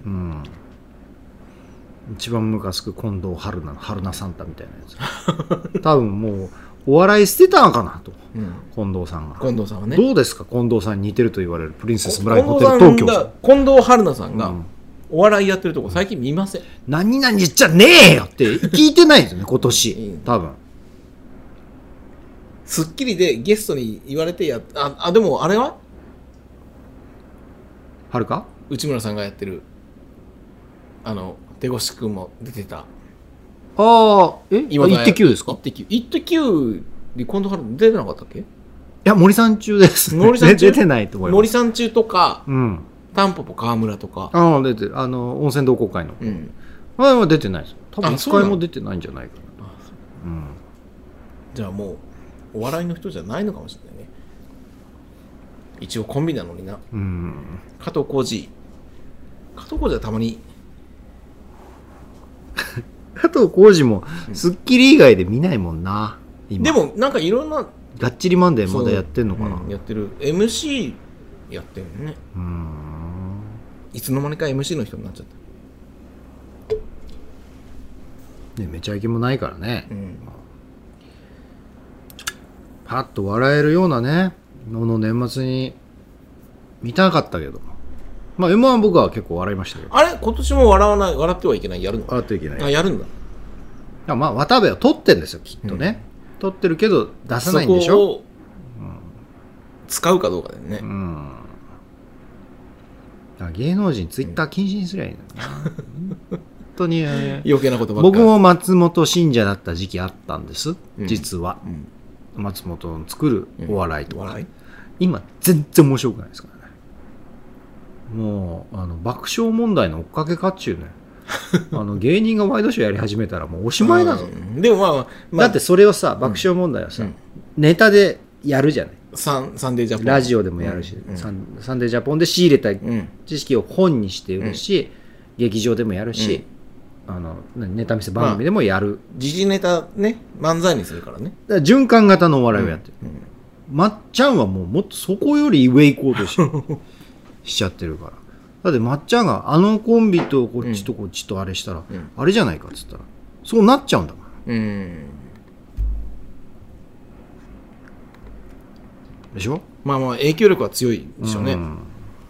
一番ムカつく近藤春菜春菜サンタみたいなやつ多分もうお笑い捨てたのかなと、うん、近藤さんが近藤さんはねどうですか。近藤さんに似てると言われるプリンセスブライホテル東京さん近藤春菜さんが、うん、お笑いやってるとこ最近見ません。 何々言っちゃねえよって聞いてないですよね今年多分。 スッキリでゲストに言われてやっああでもあれははるか内村さんがやってるあの手越くんも出てた。 ああえイッテ Q ですか。 イッテ Q イッテ Q に今度春出てなかったっけ。いや森さん中です、ね、 森さん中出てないと思います。 森さん中とか、 うん、 タンポポ川村とかああ出てるあの温泉同好会の、うん、ああ出てないです。多分一回も出てないんじゃないかな。ああ、うん、 じゃあもうお笑いの人じゃないのかもしれないね。一応コンビなのにな。うん。加藤浩次。加藤浩次はたまに。 加藤浩次もスッキリ以外で見ないもんな。今でもなんかいろんな。 がっちりマンデーまだやってんのかな。 うん、やってる。エムシー やってるね。うん。いつの間にか エムシー の人になっちゃった。 ねめちゃイケもないからね。うん。パッと笑えるようなねのの年末に見たかったけど、まあ エムワン 僕は結構笑いましたけど。 あれ今年も笑わない笑ってはいけないやるの。 笑ってはいけない。 あやるんだ。いやまあ渡部は撮ってんですよきっとね、うん、撮ってるけど出さないんでしょ。そこを使うかどうかだよね。うん。 芸能人ツイッター禁止にすりゃいいのにな。本当に、 ね、余計なことばっかり。 僕も松本信者だった時期あったんです、うん、実は。うん松本の作るお笑いとか、うん、今全然面白くないですからね。もうあの爆笑問題の追っかけかっちゅうねあの芸人がワイドショーやり始めたらもうおしまいだぞ、うん、 でもまあ、まあ、 だってそれをさ爆笑問題はさ、うん、ネタでやるじゃない。 サン、サンデージャポンラジオでもやるし、うん、サン、サンデージャポンで仕入れた知識を本にして売るし、うん、劇場でもやるし、うんあのネタ見せ番組でもやる、 まあ、時事ネタね漫才にするからね。 だから循環型のお笑いをやってる、うんうん、まっちゃんはもうもっとそこより上行こうとし, しちゃってるから。だってまっちゃんがあのコンビとこっちとこっちとあれしたら、うん、あれじゃないかっつったらそうなっちゃうんだから、うん、でしょ。 まあまあ影響力は強いでしょうね、うん、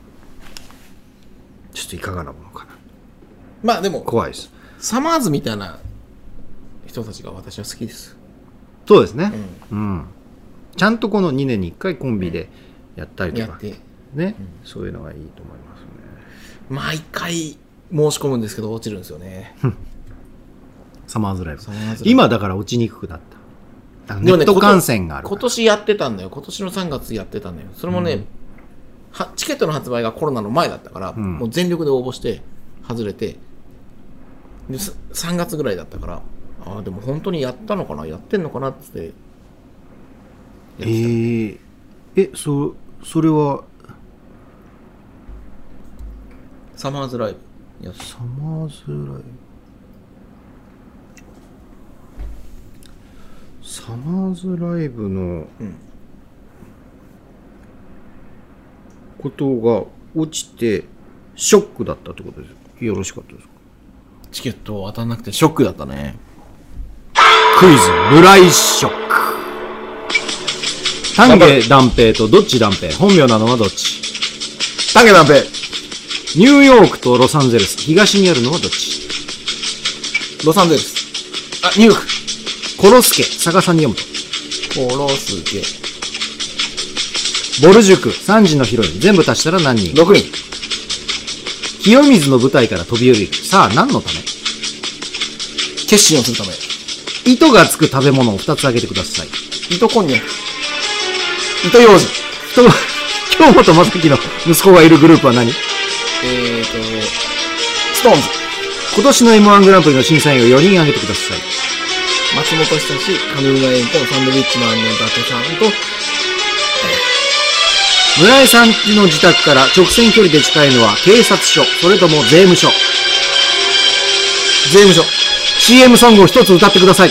ちょっといかがなものかな。 まあでも怖いです。 サマーズみたいな人たちが私は好きです。 そうですね、うんうん、ちゃんとこのにねんにいっかいコンビでやったりとか、うん、ね、うん、そういうのがいいと思いますね。 毎回申し込むんですけど落ちるんですよねサマーズライブ。今だから落ちにくくなった。ネット観戦があるから。 今年やってたんだよ。今年のさんがつやってたんだよ。それもね、うん、はチケットの発売がコロナの前だったから、うん、もう全力で応募して外れてでさんがつぐらいだったから、ああでも本当にやったのかなやってんのかなってえー、えそそれはサマーズライブやサマーズライブサマーズライブのことが落ちてショックだったってことです。よろしかったですか。 チケット当たんなくてショックだったね。 クイズ村井ショック。丹下断平とどっち断平。本名なのはどっち。 丹下断平。 ニューヨークとロサンゼルス。東にあるのはどっち。 ロサンゼルス。あ、ニューヨーク。 コロスケ。逆さに読むと。 コロスケ。 ボル塾。さんじのヒロイン。全部足したら何人。 ろくにん。 清水の舞台から飛び降りる。さあ何のため。 決心をするため。 糸がつく食べ物をふたつ挙げてください。 糸こんにゃく。糸ようじ。 と、京本正樹の息子がいるグループは何？ えーと、ストーンズ。 今年の エムワン グランプリの審査員をよにん挙げてください。 松本人志、カヌーナエンコン、サンドウィッチマンの伊達さんと、 村井さんちの自宅から直線距離で近いのは警察署、それとも税務署。 税務署。 シーエム ソングを一つ歌ってください。 ジ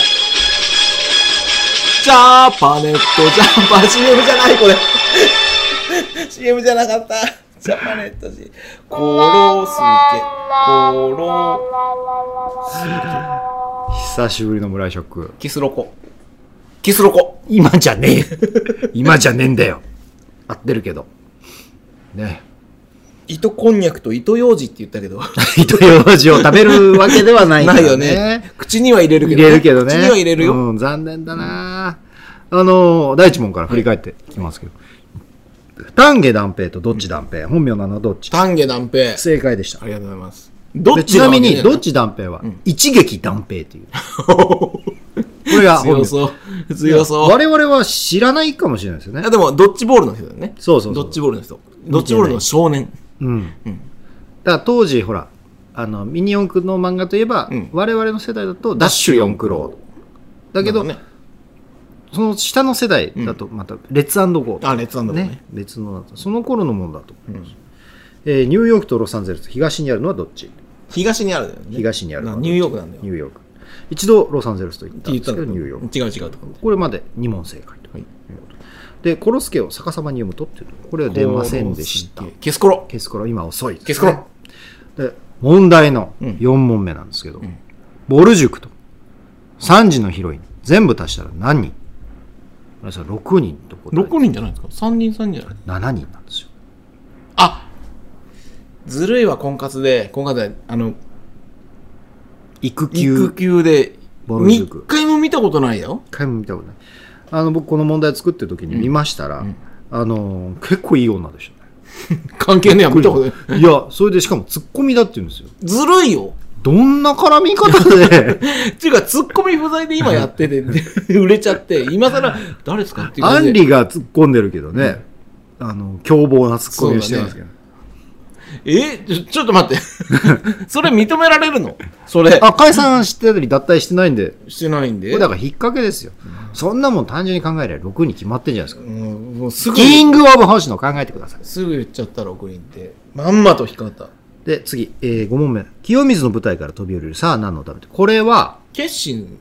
ャーパネット、ジャーパ、シーエム じゃないこれ。シーエム じゃなかった。ジャパネットシー。コロスケ、コロスケ。 久しぶりの村井ショック。 キスロコ。キスロコ。 今じゃねえ。今じゃねえんだよ。合ってるけど。ね。 糸こんにゃくと糸ようじって言ったけど。 糸ようじを食べるわけではないからね。ないよね。 口には入れるけどね。入れるけどね。 口には入れるよ。 うん、残念だな、うん、あの、第一問から振り返ってきますけど。丹下段平とどっち段平、うん、本名なのはどっち？ 丹下段平。 正解でした。 ありがとうございます。どっちちなみに、どっち段平は、うん、一撃段平っていう。これが強そう。強そう。 我々は知らないかもしれないですよね。 でも、ドッジボールの人だよね。 そうそうそう。 ドッジボールの人。ドッジボールの少年。 うん。うん。だから当時、ほら、あの、ミニ四駆の漫画といえば、うん、我々の世代だと、ダッシュ四駆郎。だけど、ね、その下の世代だと、また、レッツ&ゴー。 あ、レッツ&ゴーね。 ね。別のだと。その頃のものだと思います。うん、えー、ニューヨークとロサンゼルス、東にあるのはどっち？ 東にあるんだよね。 東にあるのはニューヨークなんだよ。 ニューヨーク。一度ロサンゼルスと言ったんですけど、ニューヨーク。 違う違うとこれまでに問正解と。はい。で、コロスケを逆さまに読むとっていうと、これは出ませんでした。 ケスコロ。 ケスコロ、今遅いです、ね。 ケスコロ。 で、問題のよん問目なんですけど、うん、ボル塾とさんじのヒロイン、全部足したら何人？ろくにんと答え。 ろくにんじゃないですか？ さん 人さんにんじゃない？ ななにんなんですよ。 あ、ずるいわ、婚活で、婚活で、あの、 育休。 育休で、ボル塾。一回も見たことないよ。 一回も見たことない。あの、僕この問題作ってる時に見ましたら、うんうん、あの、結構いい女でしたね。 関係ねえや、見たことない。いや、それでしかもツッコミだって言うんですよ。 ずるいよ。 どんな絡み方で。 っていうか、ツッコミ不在で今やってて、売れちゃって、今更、誰ですかっていう感じで。アンリが突っ込んでるけどね、うん、あの、凶暴なツッコミをしてますけど。 えちょ、ちょっと待って。それ認められるの？それ。 あ、解散してたり脱退してないんで。 してないんで。 これだから引っ掛けですよ。うん、そんなもん単純に考えればろくに決まってんじゃないですか。うん、もうすぐキングオブ星野考えてください。 すぐ言っちゃったろくにんって。まんまと引っかかった。 で、次、えー、ご問目。清水の舞台から飛び降りる。さあ何のため？これは、 決心、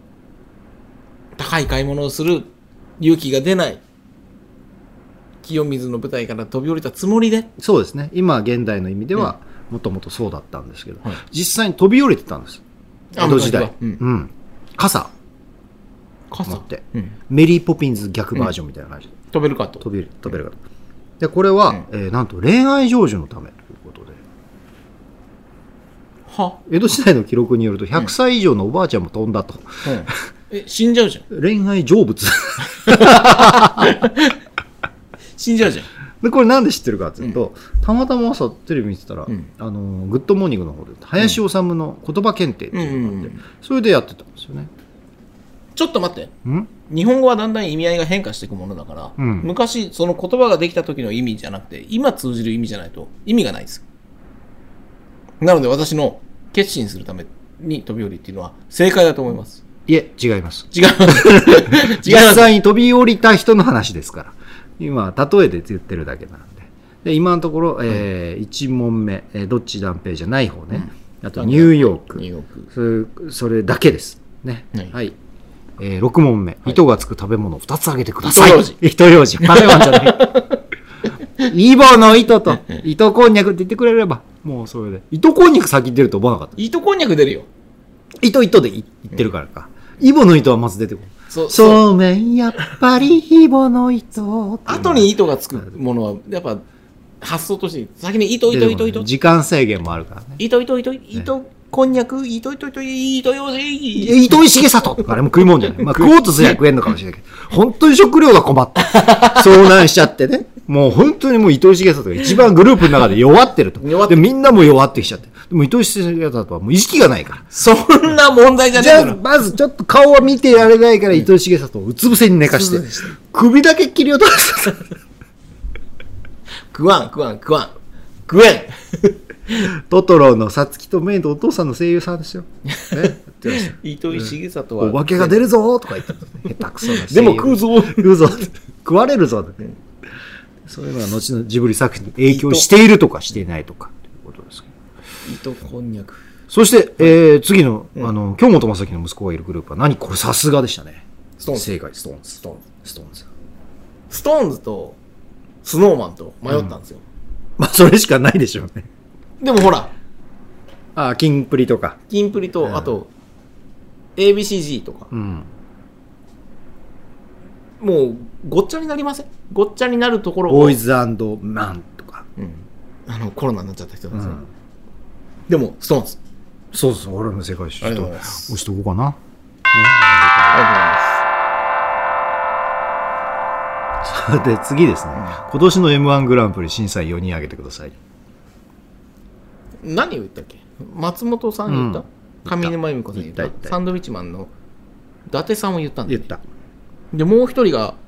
高い買い物をする勇気が出ない。清水の舞台から飛び降りたつもりで。 そうですね。今、現代の意味では、もともとそうだったんですけど、はい、実際に飛び降りてたんです。江戸時代。うん。うん、傘。 傘持って、うん。メリーポピンズ逆バージョンみたいな感じで。 うん、飛べるかと。 飛べる、飛べるかと。で、これは、うん、えー、なんと恋愛成就のためということで。 は江戸時代の記録によると、ひゃくさい以上のおばあちゃんも飛んだと。 うんうん、え、死んじゃうじゃん。 恋愛成仏。 死んじゃうじゃん。 で、これなんで知ってるかっていうと、うん、たまたま朝テレビ見てたら、うん、あの、グッドモーニングの方で、林修の言葉検定っていうのがあって、うんうんうん、それでやってたんですよね。 ちょっと待って。ん日本語はだんだん意味合いが変化していくものだから、うん、昔、その言葉ができた時の意味じゃなくて、今通じる意味じゃないと意味がないです。なので私の決心するために飛び降りっていうのは正解だと思います。 いえ、違います。 違います。違います。 実際に飛び降りた人の話ですから。今、例えで言ってるだけなんで。で、今のところ、えー、いち問目、えー、どっち断平じゃない方ね。うん、あと、ニューヨーク。ニューヨーク。それ、それだけです。ね。はい。はい、えー、ろく問目、はい。糸がつく食べ物をふたつ挙げてください。 糸ようじ。 糸ようじ。食べ物じゃない。イボの糸と、糸こんにゃくって言ってくれれば、もうそれで。糸こんにゃく先出ると思わなかった。 糸こんにゃく出るよ。 糸糸で言ってるからか。うん、イボの糸はまず出てこない。 そうそうめんやっぱりイボの糸後に糸がつくものはやっぱ発想として先に糸糸糸糸時間制限もあるからね糸糸糸糸こんにゃく、糸糸糸糸よせ糸井重里あれも食い物じゃない。まあ食おうとすりゃ食えんのかもしれないけど、本当に食料が困った。遭難しちゃってね。もう本当にもう糸井重里が一番グループの中で弱ってると。で、みんなも弱ってきちゃって。でも糸井重里はもう意識がないから。 そんな問題じゃねえだろ。 じゃあ、まずちょっと顔は見てられないから、糸井重里をうつ伏せに寝かして、首だけ切り落とした。 食わん、食わん、食わん。食えん。 トトロのさつきとメイとお父さんの声優さんですよ。ね、 糸井重里は、 お化けが出るぞとか言って、下手くそな。 でも食うぞ。 食うぞ。食われるぞ。そういうのが後のジブリ作品に影響しているとかしていないとかということですけど。糸こんにゃく。 そして、えー、次の、うん、あの、京本政樹の息子がいるグループは何これさすがでしたね。 ストーンズ。 正解、ストーンズ。 ストーンズ。 ストーンズ。 ストーンズとスノーマンと迷ったんですよ。 うん、まあ、それしかないでしょうね。 でもほら。 ああ、キンプリとか。 キンプリと、うん、あと、エービーシージー とか。うん。もう、ごっちゃになりません？ごっちゃになるところを。 ボーイズ&マンとか。 うん。あの、コロナになっちゃった人なんですよ。うん、でも、ストーンズ。 そうそう、俺も正解しちょっと押しとこうかな。ね、 ありがとうございます。 で、次ですね、うん。今年の エムワン グランプリ審査員よにん挙げてください。 何を言ったっけ？松本さん言った？うん、上沼恵美子さん言った？言ったサンドウィッチマンの伊達さんを言ったんだよ、ね。 言った。 で、もう一人が、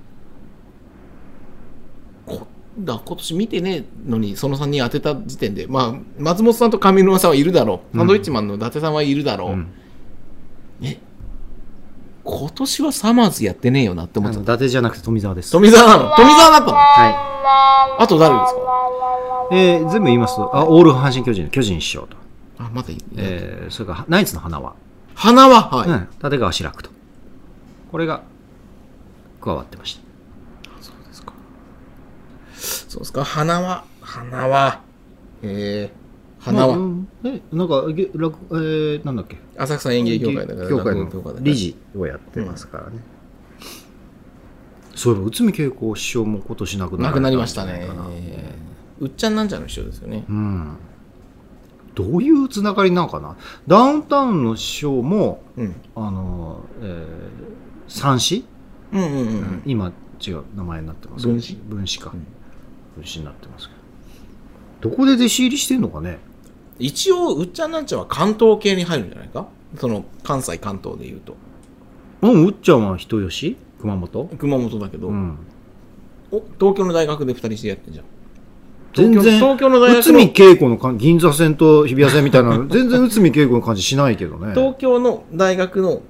こだ今年見てねえのにそのさんにん当てた時点で、まあ、松本さんと上沼さんはいるだろう。サンドウィッチマンの伊達さんはいるだろう。うん、え今年はサマーズやってねえよなって思ってた。 伊達じゃなくて富澤です。 富澤なの？富澤だったの？ はい。 あと誰ですか？ えー、全部言いますと、あ、オール阪神巨人、巨人師匠と。 あ、まだいい。 えー、それから、ナイツの花輪。 花輪、はい。 うん、立川志らくと。これが、加わってました。 そうですか。そうですか、花輪、花輪。えー、花輪。まあ、え、なんか、えー、なんだっけ。 浅草園芸協会だから、 協会の理事をやってますからね。うん、そういえば、内海恵子師匠も今年亡くな亡くなりましたね。うっちゃんなんちゃんの師匠ですよね。 うん。どういうつながりなのかな。ダウンタウンの師匠も、うん、あの、えー、三子、 うんうんうんうん、 今違う名前になってますけど、分子分子か、うん、分子になってますけど、どこで弟子入りしてんのかね。 一応うっちゃんなんちゃんは関東系に入るんじゃないか。その関西関東でいうと。 うんうっちゃんは人吉熊本熊本だけど、うん、お東京の大学でふたりしてやってんじゃん。 全然東京の大学の内海恵子の銀座線と日比谷線みたいな全然内海恵子の感じしないけどね。 東京の大学の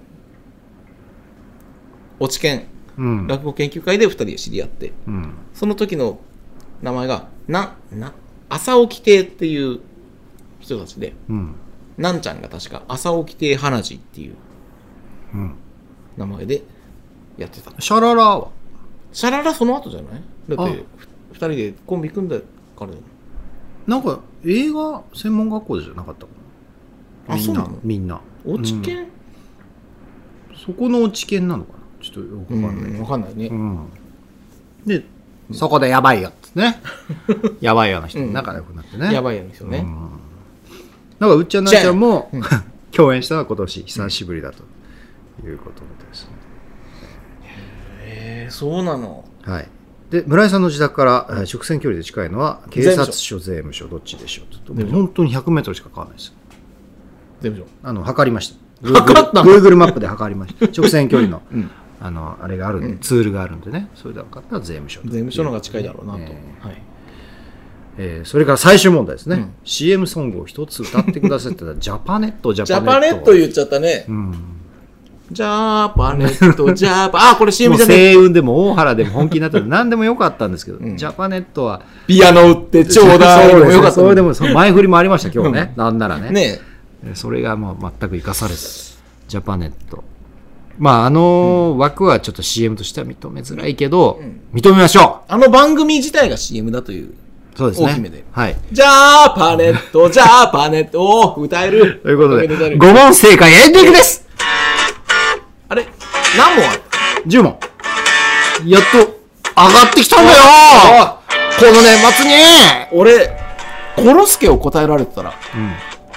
落研、うん、落語研究会でふたりで知り合って、うん、その時の名前がなな朝起亭っていう人たちで、うん、なんちゃんが確か朝起亭花地っていう名前でやってた。 シャララはシャララその後じゃない？だってふたりでコンビ組んだからなんか映画専門学校じゃなかったかな。 あ、そうなの？ みんな落研、うん、 そこの落研なのかな。ちょっとよくわかんない、 うん、わかんないね、うん、 で、うん、そこでやばいよってねやばいような人仲良くなってね、 うん、やばいような人ね、うん、 だからうっちゃんなっちゃんも、うん、共演したのは今年久しぶりだということですね。 へえ、そうなの。 はい。で村井さんの自宅から、うん、直線距離で近いのは警察署税務署どっちでしょうと。本当にひゃくメートルしか変わらないです。 税務署あの測りました。 測ったの Google マップで測りました直線距離の、うん、あのあれがあるんで、うん、ツールがあるんでね、それで分かったら税務署。税務署の方が近いだろうなと、えーはいえー、それから最終問題ですね、うん、シーエム ソングを一つ歌ってくださってたジャパネットジャパネットジャパネット言っちゃったね、うん、ジャパネットジャパあこれ シーエム じゃねえ。星雲でも大原でも本気になったら何でもよかったんですけど、うん、ジャパネットはピアノ売ってちょうだい。 そうですね、それでもその前振りもありました今日ね、うん、なんならねねそれがもう全く生かされずジャパネット、まああの枠はちょっと シーエム としては認めづらいけど、うん、認めましょう。 あの番組自体が シーエム だというそうですね、 大きめで、 はい、 ジャパネットジャパネットを歌えるということでご問正解エンディングです。 あれ何問ある？ じゅう問やっと上がってきたんだよこの年末に。 俺コロスケを答えられてたら、うん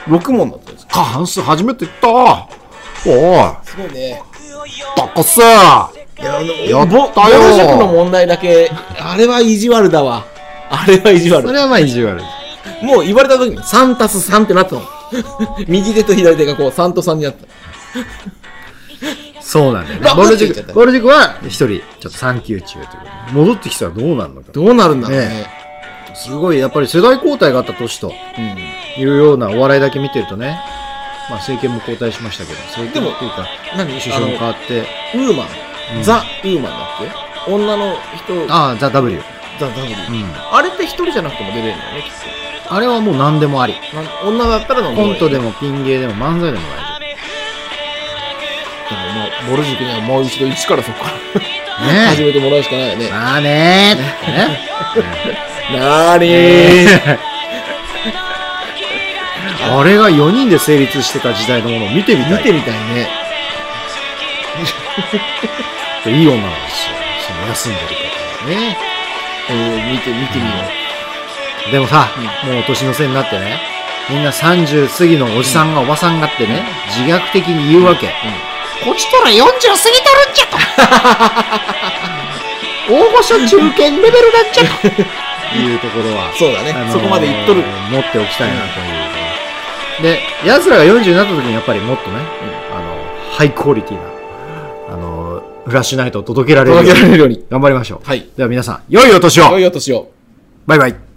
ろく問だったんですよ。 過半数初めて言った。おい。 すごいね。 高瀬。やったよ。 ぼる塾の問題だけ、あれは意地悪だわ。あれは意地悪。 それはまあ意地悪。 もう言われた時にさんたすさんってなったの。右手と左手がこうさんとさんになった。 そうなんだよね。ぼる塾、ぼる塾は一人、ちょっと産休中ということで。戻ってきたらどうなるのか。 どうなるんだろうね。 ねすごい、やっぱり世代交代があった年というようなお笑いだけ見てるとね、まあ政権も交代しましたけど、政権っていうか、 何首相も変わって、 ウーマン、うん、ザ・ウーマンだっけ、女の人。 ああ、ザ・ W。 ザ・ W、うん。あれって一人じゃなくても出れるのね、きっと。あれはもう何でもあり。 女だったらコントでもピン芸でも漫才でも大丈夫。 でももう、ぼる塾にはもう一度一からそこからね始めてもらうしかないよね。 まあねーってね。 なーにーあれがよにんで成立してた時代のものを見てみたい。 見てみたいね。 いい女なんですよ。その休んでる方ね。 えー、見て、見てみよう。でもさ、うん、もう年の瀬になってね、みんなさんじゅう過ぎのおじさんがおばさんがってね、うん、自虐的に言うわけ。うん、こちとらよんじゅう過ぎとるんじゃと。大御所中堅レベルなんじゃと。いうところは。 そうだね。あのー、そこまで言っとる。 持っておきたいなという。で、奴らがよんじゅうになった時にやっぱりもっとね、うん、あの、ハイクオリティな、あの、フラッシュナイトを届けられるように、 届けられるように頑張りましょう。 はい。 では皆さん、良いお年を。 良いお年を。 バイバイ。